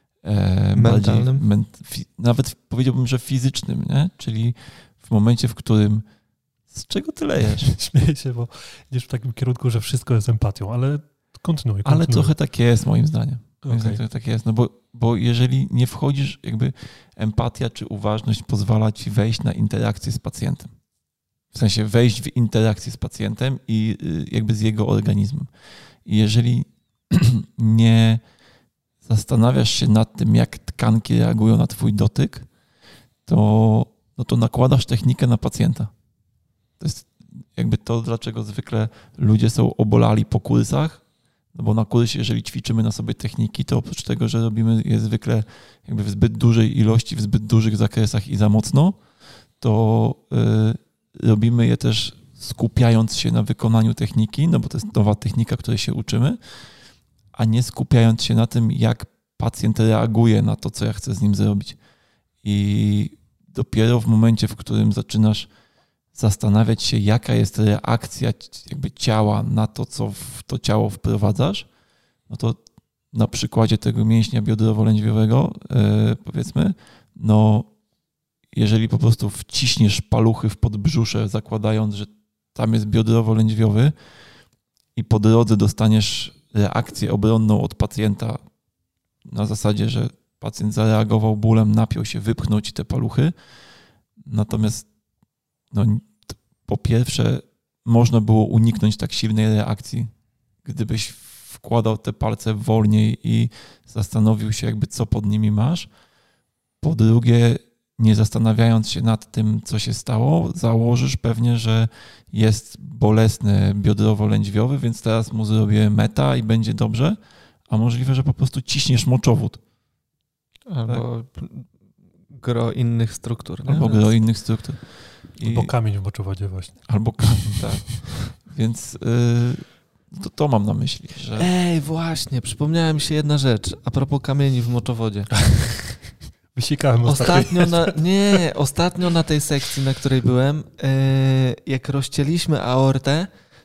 mentalnym. Nawet powiedziałbym, że fizycznym, nie? Czyli w momencie, w którym z czego ty lejesz? Śmieję się, bo idziesz w takim kierunku, że wszystko jest empatią, ale kontynuuj. Ale trochę tak jest moim zdaniem. Okay. Trochę tak jest, no bo jeżeli nie wchodzisz, jakby empatia czy uważność pozwala ci wejść na interakcję z pacjentem. W sensie wejść w interakcję z pacjentem i jakby z jego organizmem. I jeżeli nie zastanawiasz się nad tym, jak tkanki reagują na twój dotyk, to nakładasz technikę na pacjenta. To jest jakby to, dlaczego zwykle ludzie są obolali po kursach, no bo na kursie, jeżeli ćwiczymy na sobie techniki, to oprócz tego, że robimy je zwykle jakby w zbyt dużej ilości, w zbyt dużych zakresach i za mocno, to robimy je też skupiając się na wykonaniu techniki, no bo to jest nowa technika, której się uczymy, a nie skupiając się na tym, jak pacjent reaguje na to, co ja chcę z nim zrobić. I dopiero w momencie, w którym zaczynasz zastanawiać się, jaka jest reakcja jakby ciała na to, co w to ciało wprowadzasz, no to na przykładzie tego mięśnia biodrowo-lędźwiowego powiedzmy, no jeżeli po prostu wciśniesz paluchy w podbrzusze, zakładając, że tam jest biodrowo-lędźwiowy i po drodze dostaniesz reakcję obronną od pacjenta na zasadzie, że pacjent zareagował bólem, napiął się, wypchnął ci te paluchy. Natomiast no, po pierwsze można było uniknąć tak silnej reakcji, gdybyś wkładał te palce wolniej i zastanowił się jakby co pod nimi masz. Po drugie, nie zastanawiając się nad tym, co się stało, założysz pewnie, że jest bolesny biodrowo-lędźwiowy, więc teraz mu zrobię meta i będzie dobrze, a możliwe, że po prostu ciśniesz moczowód. Albo tak? Gro innych struktur. Albo gro innych struktur. Albo kamień w moczowodzie właśnie. Albo kamień, tak. Więc to mam na myśli, że... Ej, właśnie, przypomniała mi się jedna rzecz a propos kamieni w moczowodzie. Wysikałem ostatnio na tej sekcji, na której byłem, jak rozcięliśmy aortę,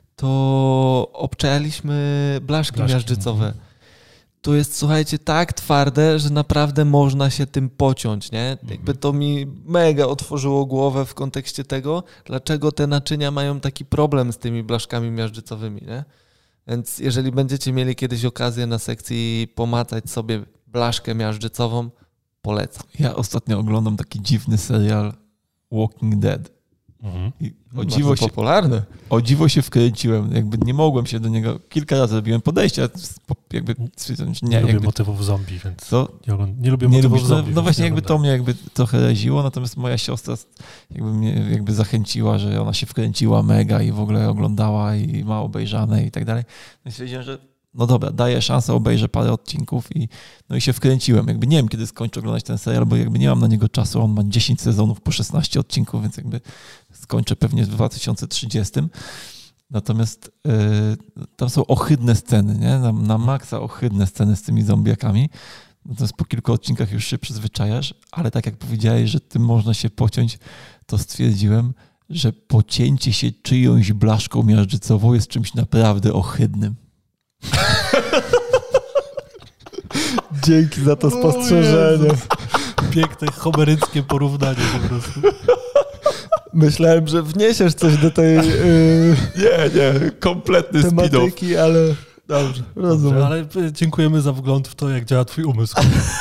to obczajaliśmy blaszki miażdżycowe. To jest, słuchajcie, tak twarde, że naprawdę można się tym pociąć, nie? Jakby to mi mega otworzyło głowę w kontekście tego, dlaczego te naczynia mają taki problem z tymi blaszkami miażdżycowymi, nie? Więc jeżeli będziecie mieli kiedyś okazję na sekcji pomacać sobie blaszkę miażdżycową, polecam. Ja ostatnio oglądam taki dziwny serial Walking Dead. I popularny. O dziwo się wkręciłem. Jakby nie mogłem się do niego... Kilka razy robiłem podejścia. Nie lubię motywów zombie, więc nie lubię motywów zombie. No właśnie jakby to mnie jakby trochę raziło, natomiast moja siostra jakby mnie jakby zachęciła, że ona się wkręciła mega i w ogóle oglądała i ma obejrzane i tak dalej. Więc stwierdziłem, że no dobra, daję szansę, obejrzę parę odcinków i się wkręciłem. Jakby nie wiem, kiedy skończę oglądać ten serial, bo jakby nie mam na niego czasu. On ma 10 sezonów po 16 odcinków, więc jakby skończę pewnie w 2030. Natomiast tam są ohydne sceny, nie? Na maksa ohydne sceny z tymi zombiakami. Natomiast po kilku odcinkach już się przyzwyczajasz, ale tak jak powiedziałeś, że tym można się pociąć, to stwierdziłem, że pocięcie się czyjąś blaszką miażdżycową jest czymś naprawdę ohydnym. Dzięki za to spostrzeżenie. Piękne, homeryckie porównanie po prostu. Myślałem, że wniesiesz coś do tej Nie, kompletny tematyki, ale dobrze, rozumiem. Ale dziękujemy za wgląd w to, jak działa twój umysł.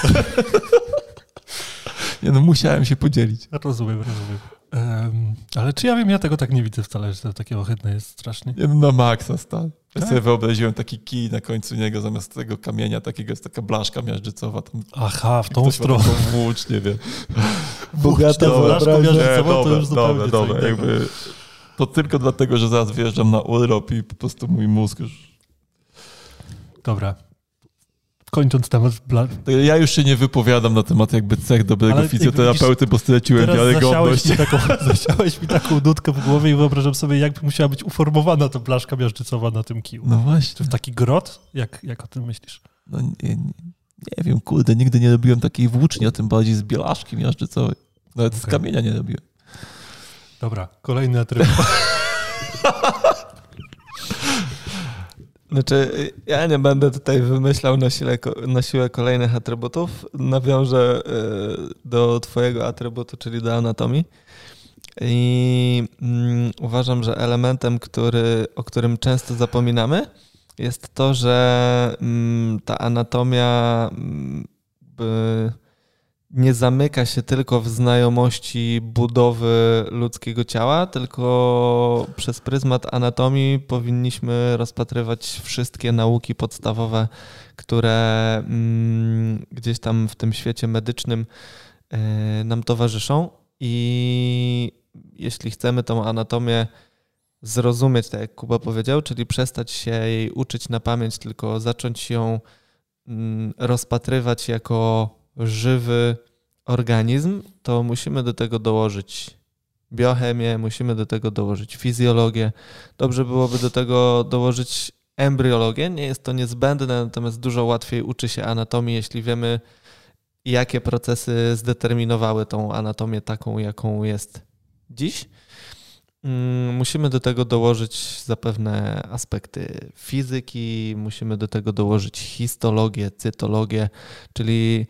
Nie, no musiałem się podzielić. Rozumiem. Ale czy ja wiem, ja tego tak nie widzę wcale, że to takie ohydne jest strasznie. Nie, no na maksa stan. Ja sobie wyobraziłem taki kij na końcu niego, zamiast tego kamienia takiego jest taka blaszka miażdżycowa. Tam aha, w tą stronę. Włócz, nie wiem. Bogata wyobraźnia. To już zupełnie dobra. Jakby to tylko dlatego, że zaraz wjeżdżam na urlop i po prostu mój mózg już... Dobra. Kończąc temat... Ja już się nie wypowiadam na temat jakby cech dobrego fizjoterapeuty, bo straciłem wiarygodność. Zasiałeś mi taką nutkę w głowie i wyobrażam sobie, jak musiała być uformowana ta blaszka miażdżycowa na tym kiju. No właśnie. Czy w taki grot? Jak o tym myślisz? No nie wiem, kurde, nigdy nie robiłem takiej włóczni, a tym bardziej z bielaszki miażdżycowej. Nawet z kamienia nie robiłem. Dobra, kolejny atrybut. Znaczy, ja nie będę tutaj wymyślał na siłę kolejnych atrybutów. Nawiążę do twojego atrybutu, czyli do anatomii. I uważam, że elementem, o którym często zapominamy, jest to, że ta anatomia nie zamyka się tylko w znajomości budowy ludzkiego ciała, tylko przez pryzmat anatomii powinniśmy rozpatrywać wszystkie nauki podstawowe, które gdzieś tam w tym świecie medycznym nam towarzyszą. I jeśli chcemy tą anatomię zrozumieć, tak jak Kuba powiedział, czyli przestać się jej uczyć na pamięć, tylko zacząć ją rozpatrywać jako żywy organizm, to musimy do tego dołożyć biochemię, musimy do tego dołożyć fizjologię. Dobrze byłoby do tego dołożyć embryologię. Nie jest to niezbędne, natomiast dużo łatwiej uczy się anatomii, jeśli wiemy, jakie procesy zdeterminowały tą anatomię taką, jaką jest dziś. Musimy do tego dołożyć zapewne aspekty fizyki, musimy do tego dołożyć histologię, cytologię, czyli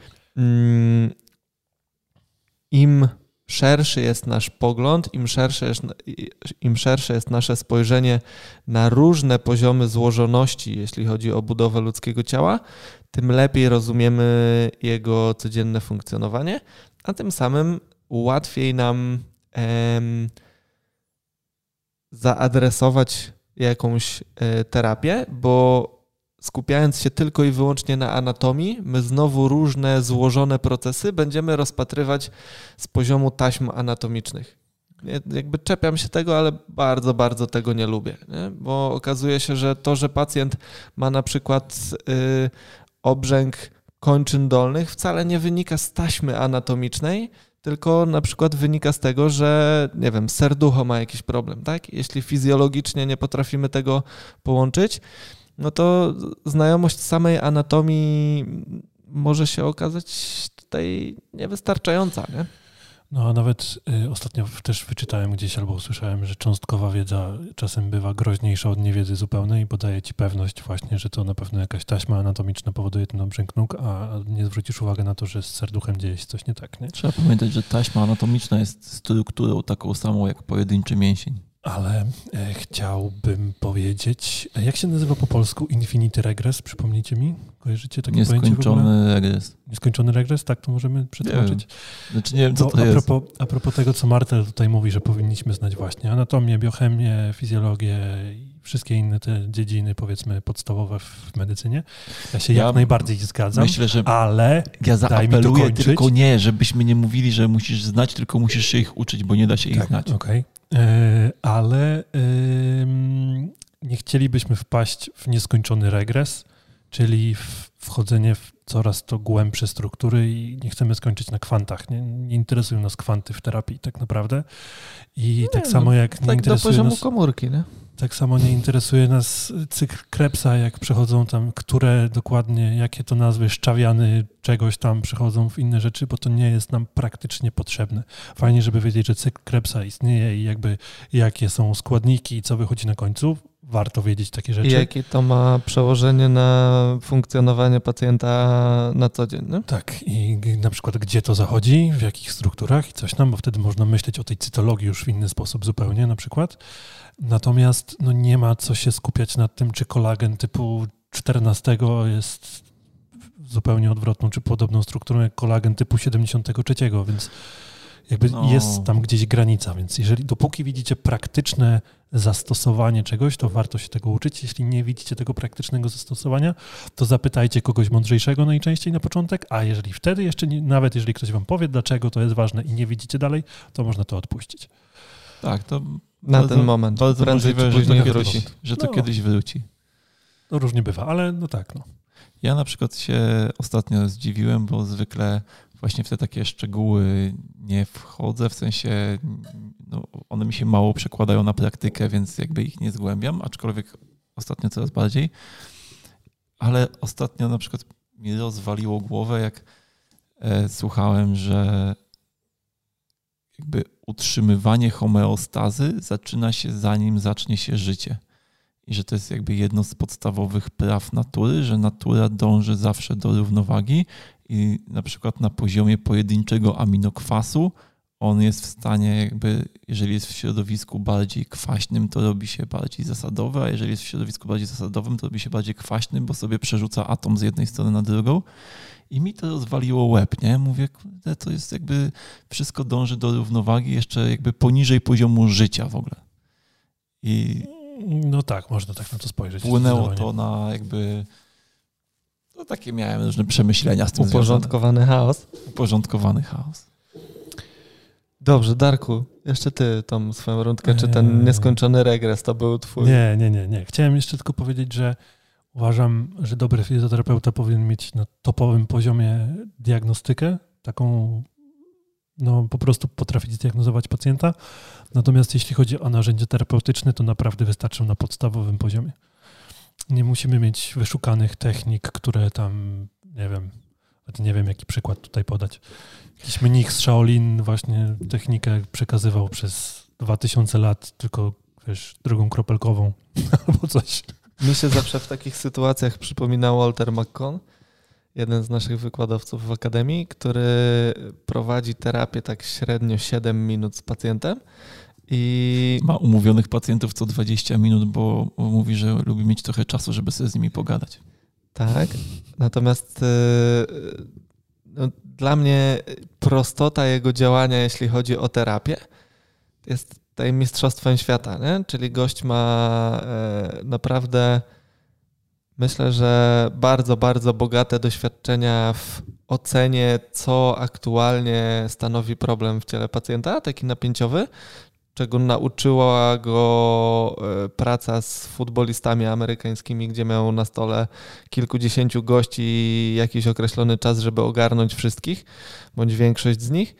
im szerszy jest nasz pogląd, im szersze jest nasze spojrzenie na różne poziomy złożoności, jeśli chodzi o budowę ludzkiego ciała, tym lepiej rozumiemy jego codzienne funkcjonowanie, a tym samym łatwiej nam zaadresować jakąś terapię, bo skupiając się tylko i wyłącznie na anatomii, my znowu różne złożone procesy będziemy rozpatrywać z poziomu taśm anatomicznych. Jakby czepiam się tego, ale bardzo, bardzo tego nie lubię, nie? Bo okazuje się, że to, że pacjent ma na przykład obrzęk kończyn dolnych, wcale nie wynika z taśmy anatomicznej, tylko na przykład wynika z tego, że nie wiem, serducho ma jakiś problem, tak? Jeśli fizjologicznie nie potrafimy tego połączyć, no to znajomość samej anatomii może się okazać tutaj niewystarczająca, nie? No a nawet ostatnio też wyczytałem gdzieś albo usłyszałem, że cząstkowa wiedza czasem bywa groźniejsza od niewiedzy zupełnej i podaje ci pewność właśnie, że to na pewno jakaś taśma anatomiczna powoduje ten obrzęk nóg, a nie zwrócisz uwagę na to, że z serduchem dzieje się coś nie tak, nie? Trzeba pamiętać, że taśma anatomiczna jest strukturą taką samą jak pojedynczy mięsień. Ale chciałbym powiedzieć, jak się nazywa po polsku Infinity Regress? Przypomnijcie mi? Kojarzycie takie pojęcie w ogóle? Nieskończony regres. Nieskończony regres? Tak to możemy przetłumaczyć? Znaczy nie wiem, co to jest. A propos tego, co Martel tutaj mówi, że powinniśmy znać właśnie anatomię, biochemię, fizjologię i wszystkie inne te dziedziny, powiedzmy, podstawowe w medycynie. Ja się jak najbardziej zgadzam, myślę, że ale ja zaapeluję tylko nie, żebyśmy nie mówili, że musisz znać, tylko musisz się ich uczyć, bo nie da się ich znać. Okej. Ale nie chcielibyśmy wpaść w nieskończony regres, czyli w wchodzenie w coraz to głębsze struktury i nie chcemy skończyć na kwantach. Nie interesują nas kwanty w terapii tak naprawdę. I tak samo jak nie tak interesuje do poziomu nas komórki, nie? Tak samo nie interesuje nas cykl Krebsa, jak przechodzą tam, które dokładnie, jakie to nazwy, szczawiany czegoś tam przechodzą w inne rzeczy, bo to nie jest nam praktycznie potrzebne. Fajnie, żeby wiedzieć, że cykl Krebsa istnieje i jakby jakie są składniki i co wychodzi na końcu. Warto wiedzieć takie rzeczy. I jakie to ma przełożenie na funkcjonowanie pacjenta na co dzień, nie? Tak, i na przykład gdzie to zachodzi, w jakich strukturach i coś tam, bo wtedy można myśleć o tej cytologii już w inny sposób zupełnie na przykład. Natomiast nie ma co się skupiać nad tym, czy kolagen typu 14 jest zupełnie odwrotną, czy podobną strukturą jak kolagen typu 73, więc jakby jest tam gdzieś granica, więc dopóki widzicie praktyczne zastosowanie czegoś, to warto się tego uczyć. Jeśli nie widzicie tego praktycznego zastosowania, to zapytajcie kogoś mądrzejszego najczęściej na początek, a jeżeli wtedy jeszcze, nawet jeżeli ktoś wam powie, dlaczego to jest ważne i nie widzicie dalej, to można to odpuścić. Tak, to na ten moment. Bardzo możliwe, że to kiedyś wróci. To różnie bywa, ale tak. Ja na przykład się ostatnio zdziwiłem, bo zwykle właśnie w te takie szczegóły nie wchodzę, w sensie one mi się mało przekładają na praktykę, więc jakby ich nie zgłębiam, aczkolwiek ostatnio coraz bardziej. Ale ostatnio na przykład mi rozwaliło głowę, jak słuchałem, że jakby utrzymywanie homeostazy zaczyna się zanim zacznie się życie. I że to jest jakby jedno z podstawowych praw natury, że natura dąży zawsze do równowagi i na przykład na poziomie pojedynczego aminokwasu on jest w stanie jakby, jeżeli jest w środowisku bardziej kwaśnym, to robi się bardziej zasadowy, a jeżeli jest w środowisku bardziej zasadowym, to robi się bardziej kwaśnym, bo sobie przerzuca atom z jednej strony na drugą. I mi to rozwaliło łeb, nie? Mówię, kurde, to jest jakby wszystko dąży do równowagi jeszcze jakby poniżej poziomu życia w ogóle. I tak, można tak na to spojrzeć. Wpłynęło to na jakby... takie miałem różne przemyślenia z tym Uporządkowany chaos. Uporządkowany chaos. Dobrze, Darku, jeszcze ty tą swoją rundkę, czy ten nieskończony regres to był twój? Nie. Chciałem jeszcze tylko powiedzieć, że uważam, że dobry fizjoterapeuta powinien mieć na topowym poziomie diagnostykę, taką po prostu potrafić zdiagnozować pacjenta. Natomiast jeśli chodzi o narzędzie terapeutyczne, to naprawdę wystarczą na podstawowym poziomie. Nie musimy mieć wyszukanych technik, które tam, nie wiem jaki przykład tutaj podać. Jakiś mnich z Shaolin właśnie technikę przekazywał przez 2000 lat, tylko drugą kropelkową albo coś. Mi się zawsze w takich sytuacjach przypominał Walter McCon, jeden z naszych wykładowców w akademii, który prowadzi terapię tak średnio 7 minut z pacjentem. I ma umówionych pacjentów co 20 minut, bo mówi, że lubi mieć trochę czasu, żeby sobie z nimi pogadać. Tak, natomiast dla mnie prostota jego działania, jeśli chodzi o terapię, jest tutaj mistrzostwem świata, nie? Czyli gość ma naprawdę, myślę, że bardzo, bardzo bogate doświadczenia w ocenie, co aktualnie stanowi problem w ciele pacjenta, taki napięciowy, czego nauczyła go praca z futbolistami amerykańskimi, gdzie miał na stole kilkudziesięciu gości jakiś określony czas, żeby ogarnąć wszystkich, bądź większość z nich.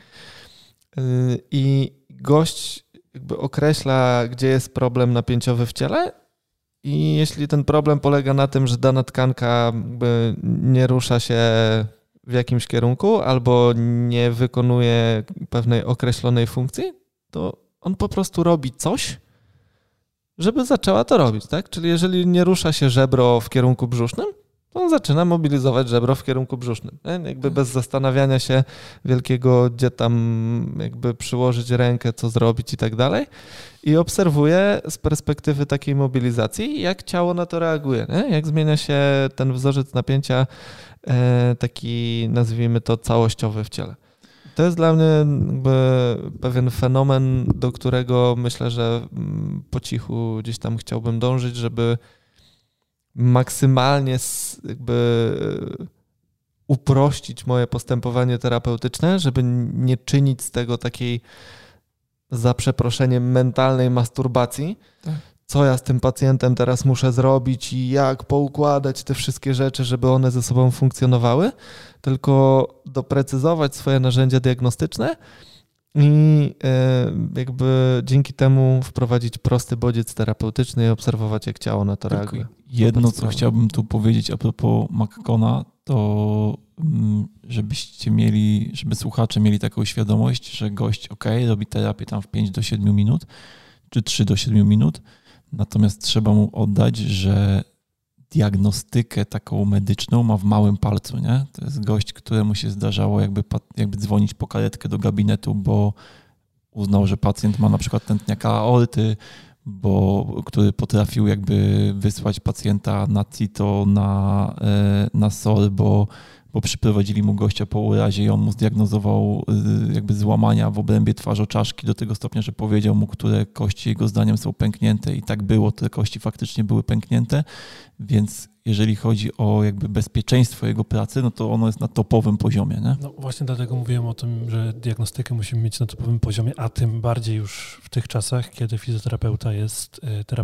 I gość jakby określa, gdzie jest problem napięciowy w ciele i jeśli ten problem polega na tym, że dana tkanka jakby nie rusza się w jakimś kierunku albo nie wykonuje pewnej określonej funkcji, to on po prostu robi coś, żeby zaczęła to robić, tak? Czyli jeżeli nie rusza się żebro w kierunku brzusznym, to on zaczyna mobilizować żebro w kierunku brzusznym. Nie? Jakby bez zastanawiania się wielkiego, gdzie tam jakby przyłożyć rękę, co zrobić i tak dalej. I obserwuje z perspektywy takiej mobilizacji, jak ciało na to reaguje. Nie? Jak zmienia się ten wzorzec napięcia taki, nazwijmy to, całościowy w ciele. To jest dla mnie jakby pewien fenomen, do którego myślę, że po cichu gdzieś tam chciałbym dążyć, żeby maksymalnie jakby uprościć moje postępowanie terapeutyczne, żeby nie czynić z tego takiej, za przeproszeniem, mentalnej masturbacji, tak. co ja z tym pacjentem teraz muszę zrobić i jak poukładać te wszystkie rzeczy, żeby one ze sobą funkcjonowały, tylko doprecyzować swoje narzędzia diagnostyczne i jakby dzięki temu wprowadzić prosty bodziec terapeutyczny i obserwować, jak ciało na to reaguje. Jedno, co chciałbym tu powiedzieć a propos McCona, to żeby słuchacze mieli taką świadomość, że gość robi terapię tam w 5 do 7 minut, czy 3 do 7 minut, natomiast trzeba mu oddać, że diagnostykę taką medyczną ma w małym palcu, nie? To jest gość, któremu się zdarzało jakby dzwonić po karetkę do gabinetu, bo uznał, że pacjent ma na przykład tętniaka aorty, który potrafił jakby wysłać pacjenta na CITO, na SOR, bo przyprowadzili mu gościa po urazie i on mu zdiagnozował jakby złamania w obrębie twarzoczaszki do tego stopnia, że powiedział mu, które kości jego zdaniem są pęknięte i tak było, te kości faktycznie były pęknięte, więc jeżeli chodzi o jakby bezpieczeństwo jego pracy, no to ono jest na topowym poziomie, nie? No właśnie dlatego mówiłem o tym, że diagnostykę musimy mieć na topowym poziomie, a tym bardziej już w tych czasach, kiedy fizjoterapeuta jest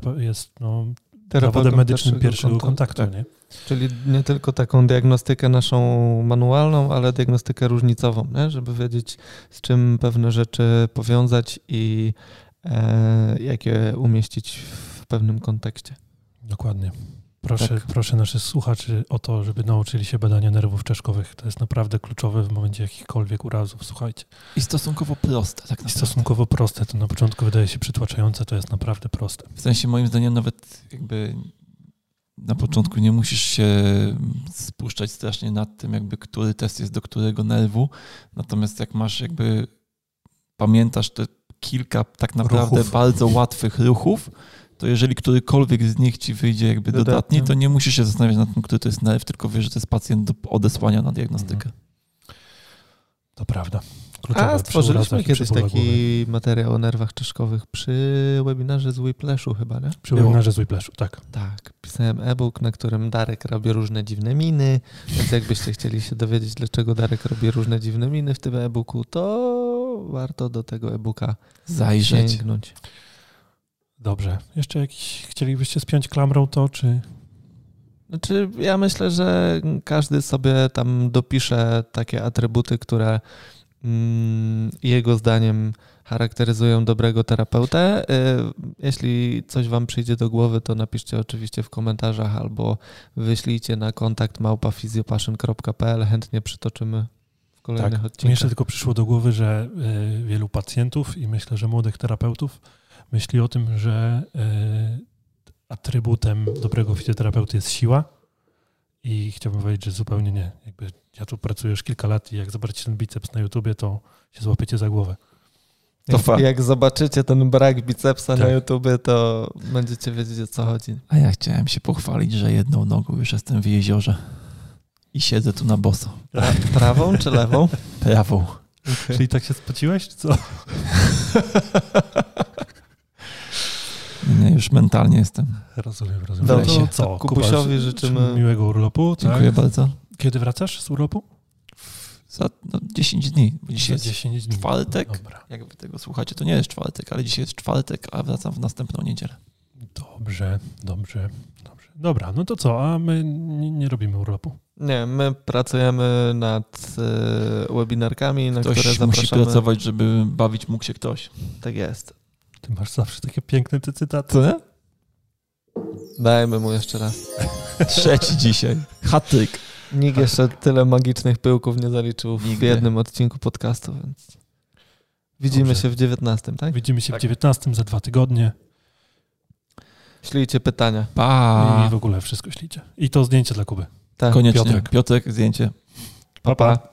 zawodem medycznym pierwszego kontaktu. Tak. Nie? Czyli nie tylko taką diagnostykę naszą manualną, ale diagnostykę różnicową, nie? Żeby wiedzieć, z czym pewne rzeczy powiązać i jak je umieścić w pewnym kontekście. Dokładnie. Proszę naszych słuchaczy o to, żeby nauczyli się badania nerwów czaszkowych. To jest naprawdę kluczowe w momencie jakichkolwiek urazów, słuchajcie. I stosunkowo proste. Tak, i stosunkowo proste. To na początku wydaje się przytłaczające, to jest naprawdę proste. W sensie moim zdaniem nawet jakby na początku nie musisz się spuszczać strasznie nad tym, jakby który test jest do którego nerwu. Natomiast jak masz jakby, pamiętasz te kilka tak naprawdę bardzo łatwych ruchów, to jeżeli którykolwiek z nich ci wyjdzie jakby dodatni, to nie musisz się zastanawiać nad tym, który to jest nerw, tylko wiesz, że to jest pacjent do odesłania na diagnostykę. To prawda. Kluczowe. Stworzyliśmy kiedyś taki materiał o nerwach czaszkowych przy webinarze z Whiplashu chyba, nie? Przy webinarze z Whiplashu, tak. Tak. Pisałem e-book, na którym Darek robi różne dziwne miny, więc jakbyście chcieli się dowiedzieć, dlaczego Darek robi różne dziwne miny w tym e-booku, to warto do tego e-booka zajrzeć. Sięgnąć. Dobrze. Jeszcze jakiś chcielibyście spiąć klamrą to, czy... Znaczy, ja myślę, że każdy sobie tam dopisze takie atrybuty, które jego zdaniem charakteryzują dobrego terapeutę. Jeśli coś wam przyjdzie do głowy, to napiszcie oczywiście w komentarzach albo wyślijcie na kontakt @physiopassion.pl. Chętnie przytoczymy w kolejnych odcinkach. Mi jeszcze tylko przyszło do głowy, że wielu pacjentów i myślę, że młodych terapeutów myśli o tym, że atrybutem dobrego fizjoterapeuty jest siła i chciałbym powiedzieć, że zupełnie nie. Jakby ja tu pracuję już kilka lat i jak zobaczycie ten biceps na YouTubie, to się złapiecie za głowę. Jak zobaczycie ten brak bicepsa na YouTubie, to będziecie wiedzieć, o co chodzi. A ja chciałem się pochwalić, że jedną nogą już jestem w jeziorze i siedzę tu na boso. Prawą czy lewą? Prawą. Okay. Czyli tak się spociłeś, czy co? Nie, już mentalnie jestem. Rozumiem. No to co? Kubusiowi życzymy miłego urlopu. Dziękuję bardzo. Kiedy wracasz z urlopu? Za 10 dni. Bo dzisiaj jest 10 dni. Czwartek. Dobra. Jak wy tego słuchacie, to nie jest czwartek, ale dzisiaj jest czwartek, a wracam w następną niedzielę. Dobrze. Dobra, no to co? A my nie robimy urlopu? Nie, my pracujemy nad webinarkami, na które zapraszamy. Ktoś musi pracować, żeby bawić mógł się ktoś. Tak jest. Ty masz zawsze takie piękne te cytaty. Co? Dajmy mu jeszcze raz. 3 dzisiaj. Hat-trick. Nikt jeszcze tyle magicznych pyłków nie zaliczył w jednym odcinku podcastu, więc widzimy się w 19, tak? Widzimy się w 19 za 2 tygodnie. Ślijcie pytania. Pa. I w ogóle wszystko ślijcie. I to zdjęcie dla Kuby. Tak. Koniecznie. Piotrek, zdjęcie. Pa.